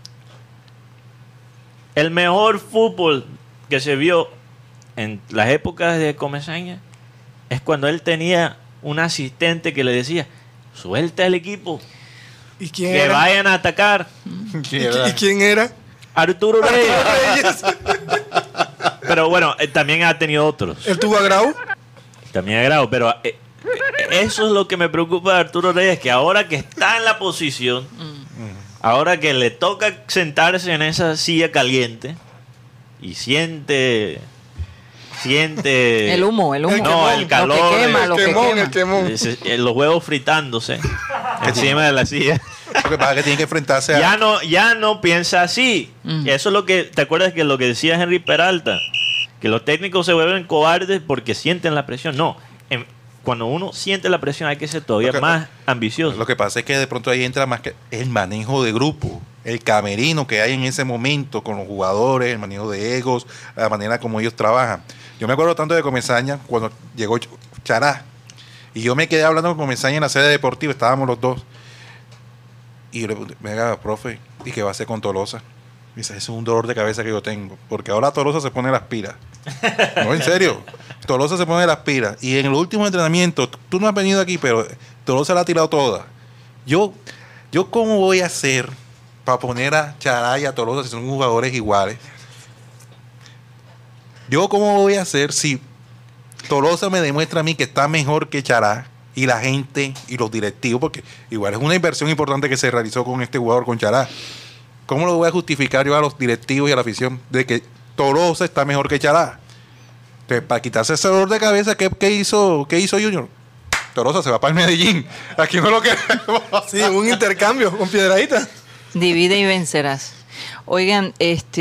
El mejor fútbol que se vio en las épocas de Comesaña es cuando él tenía un asistente que le decía: suelta el equipo, ¿Y quién que era? vayan a atacar. ¿Y quién era? Arturo Reyes. Pero bueno, también ha tenido otros. ¿Él tuvo a Grau? También ha grado, pero eso es lo que me preocupa de Arturo Reyes, que ahora que está en la posición, ahora que le toca sentarse en esa silla caliente y siente El humo. No, el calor, Lo que quema. El quemón. los huevos fritándose encima de la silla. Lo que pasa es que tiene que enfrentarse a... Ya no piensa así. Y eso es lo que, ¿te acuerdas que lo que decía Henry Peralta? Que los técnicos se vuelven cobardes porque sienten la presión. No, cuando uno siente la presión hay que ser todavía más ambicioso. Lo que pasa es que de pronto ahí entra más que el manejo de grupo, el camerino que hay en ese momento con los jugadores, el manejo de egos, la manera como ellos trabajan. Yo me acuerdo tanto de Comesaña cuando llegó Chará y yo me quedé hablando con Comesaña en la sede deportiva, estábamos los dos y yo le pregunté: venga, profe, ¿y qué va a hacer con Tolosa? Me dice: es un dolor de cabeza que yo tengo, porque ahora Tolosa se pone las pilas. No, en serio. Tolosa se pone las pilas. Y en el último entrenamiento, tú no has venido aquí, pero Tolosa la ha tirado toda. Yo ¿cómo voy a hacer para poner a Chará y a Tolosa si son jugadores iguales? Yo ¿cómo voy a hacer si Tolosa me demuestra a mí que está mejor que Chará y la gente y los directivos? Porque igual es una inversión importante que se realizó con este jugador, con Chará. ¿Cómo lo voy a justificar yo a los directivos y a la afición de que Tolosa está mejor que Chará? Entonces, para quitarse ese dolor de cabeza, ¿qué hizo Junior? Tolosa se va para el Medellín. Aquí no lo queremos. Sí, un intercambio con Piedradita. Divide y vencerás. Oigan,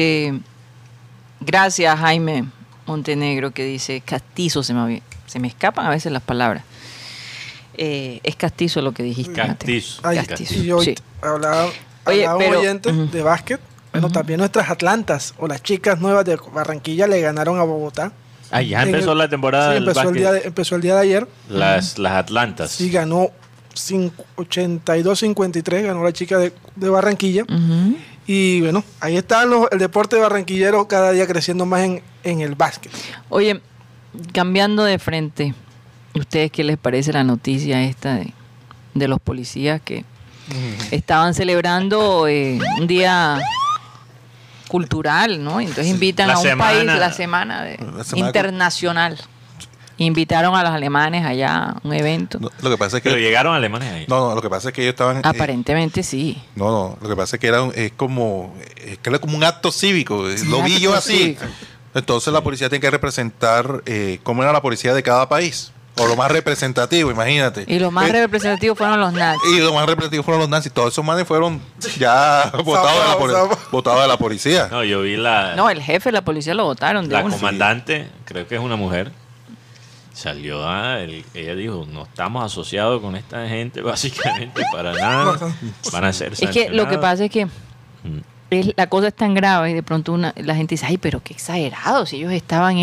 gracias Jaime Montenegro, que dice castizo, se me escapan a veces las palabras. Es castizo lo que dijiste. Castizo. Ay, Castizo, y hoy sí. hablaba Oye, un pero- oyente de básquet. Bueno, también nuestras Atlantas o las chicas nuevas de Barranquilla le ganaron a Bogotá. Ah, ya En empezó el- la temporada Sí, del empezó básquet. empezó el día de ayer. Las Atlantas. Sí, ganó 82-53, ganó la chica de Barranquilla. Ujú. Y bueno, ahí está el deporte barranquillero cada día creciendo más en el básquet. Oye, cambiando de frente, ¿ustedes qué les parece la noticia esta de los policías que estaban celebrando un día cultural, ¿no? Entonces invitan La a un semana- país, la semana internacional. Invitaron a los alemanes allá a un evento. No, lo que pasa es que Pero llegaron alemanes ahí. no, lo que pasa es que ellos estaban Aparentemente sí. no, lo que pasa es que es como un acto cívico, lo un vi acto yo así. cívico. Entonces la policía tiene que representar cómo era la policía de cada país, o lo más representativo, imagínate. Y los más representativos fueron los nazis. Y lo más representativo fueron los nazis. Todos esos manes fueron ya votados de la policía. No, yo vi la No, el jefe de la policía lo votaron de una. comandante, creo que es una mujer. Salió ella dijo, no estamos asociados con esta gente básicamente para nada. Van a ser Es que lo que sancionados. pasa es que la cosa es tan grave y de pronto la gente dice, ay, pero qué exagerado, si ellos estaban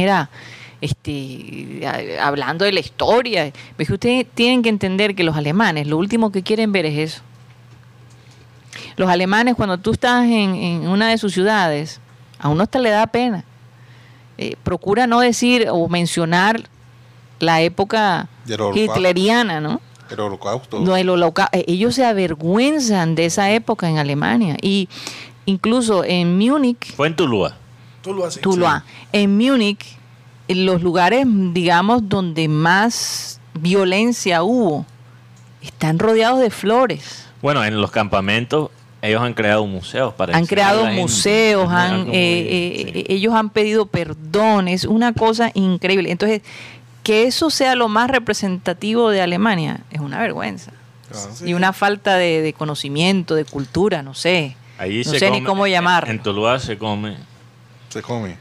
hablando de la historia. Es que ustedes tienen que entender que los alemanes lo último que quieren ver es eso. Los alemanes, cuando tú estás en una de sus ciudades, a uno hasta le da pena. Procura no decir o mencionar la época Del holocausto. hitleriana, ¿no? El holocausto. No, ellos se avergüenzan de esa época en Alemania. Y incluso en Múnich, Fue en Tuluá. Tuluá, en Múnich, en los lugares, digamos, donde más violencia hubo, están rodeados de flores. Bueno, en los campamentos ellos han creado museos para Han enseñar a creado la gente. museos, Es algo muy- sí. ellos han pedido perdón, es una cosa increíble. Entonces, que eso sea lo más representativo de Alemania es una vergüenza. Y una falta de conocimiento, de cultura, no sé. Ahí No se sé ni come- cómo llamar. En Tuluá se come Se come.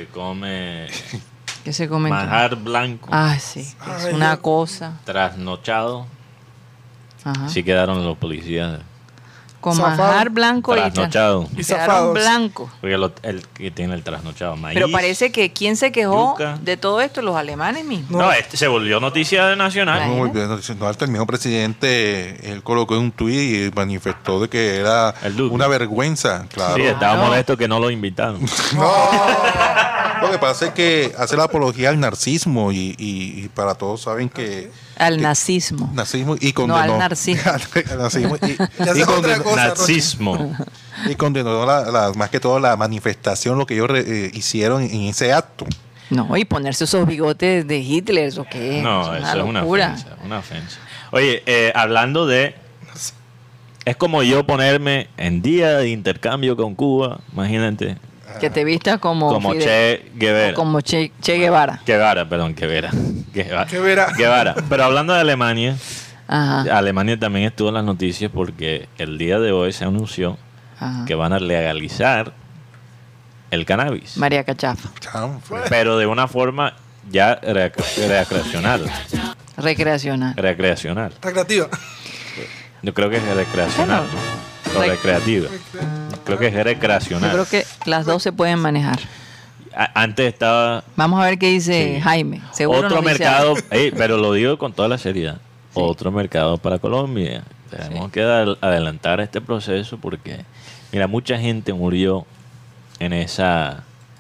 ¿Qué se comenta? manjar blanco, Ah, sí, es Ay, una Dios. cosa. trasnochado. Ajá. Sí quedaron los policías Con Zafado. manjar blanco trasnochado. Y quedaron zafados. blancos. Porque el que tiene el trasnochado, maíz. Pero parece que ¿quién se quejó yuca. de todo esto? Los alemanes mismos. No, se volvió noticia nacional. Ay. Muy bien. No, hasta el mismo presidente, él colocó un tuit y manifestó de que era El Duque. una vergüenza. Claro. Sí, estaba Claro. molesto que no lo invitaron. Lo que pasa es que hace la apología al narcismo y para todos saben que Al nazismo. nazismo y No, condenó al narcismo. al nazismo Ya y es otra condenó, cosa. Nazismo. y condenó más que todo la manifestación, lo que ellos hicieron en ese acto. No, y ponerse esos bigotes de Hitler, ¿o qué? No, eso es una locura. ofensa, una ofensa. Oye, hablando de... Es como yo ponerme en día de intercambio con Cuba, imagínate, Que te vistas como Fidel. Che Guevara. O como Che Guevara. Guevara. Guevara. Pero hablando de Alemania, Ajá. Alemania también estuvo en las noticias porque el día de hoy se anunció Ajá. que van a legalizar el cannabis. María Cachafa. Pero de una forma ya recreacional. Recreacional. Recreativa. Yo creo que es recreacional. Bueno, O recreativa. Creo que es Yo recreacional. creo que las dos se pueden manejar. Antes estaba Vamos a ver qué dice Sí. Jaime. Seguro otro nos dice mercado, algo. pero lo digo con toda la seriedad. Otro mercado para Colombia. Tenemos que adelantar este proceso porque, mira, mucha gente murió en esa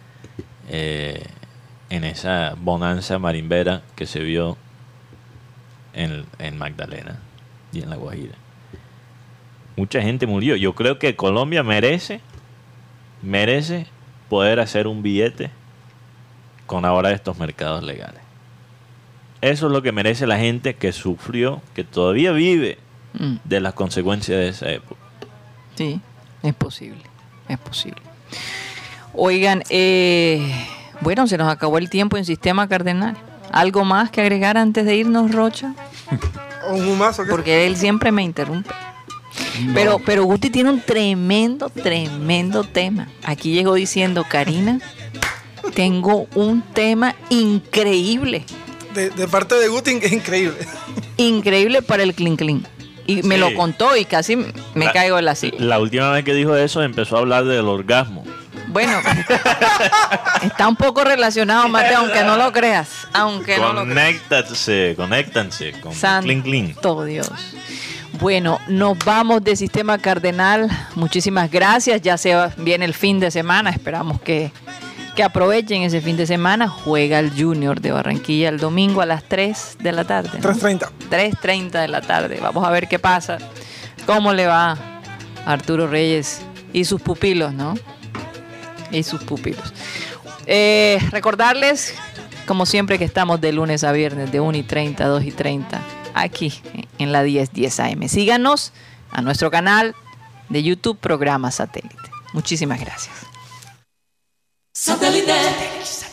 bonanza marimbera que se vio en Magdalena y en La Guajira. Mucha gente murió. Yo creo que Colombia merece poder hacer un billete con ahora estos mercados legales. Eso es lo que merece la gente que sufrió, que todavía vive Mm, de las consecuencias de esa época. sí, es posible. Es posible. Oigan, bueno, se nos acabó el tiempo en Sistema Cardenal. ¿Algo más que agregar antes de irnos, Rocha? Un humazo. ¿qué? Porque él siempre me interrumpe. Pero Guti tiene un tremendo tema. Aquí llegó diciendo, Karina, tengo un tema increíble. De parte de Guti, es increíble. Increíble para el Clean Clean. Y me lo contó y casi me caigo en la silla. La última vez que dijo eso empezó a hablar del orgasmo. Bueno, está un poco relacionado, Mateo, aunque no lo creas. Conéctanse con Clean Clean. Todo Dios. Bueno, nos vamos de Sistema Cardenal. Muchísimas gracias. Ya viene el fin de semana. Esperamos que aprovechen ese fin de semana. Juega el Junior de Barranquilla el domingo a las 3 de la tarde, ¿no? 3:30. 3:30 de la tarde. Vamos a ver qué pasa. ¿Cómo le va a Arturo Reyes y sus pupilos, no? Y sus pupilos. Recordarles, como siempre, que estamos de lunes a viernes de 1:30 a 2:30 aquí en la 1010 AM. Síganos a nuestro canal de YouTube, Programa Satélite. Muchísimas gracias. Satélite.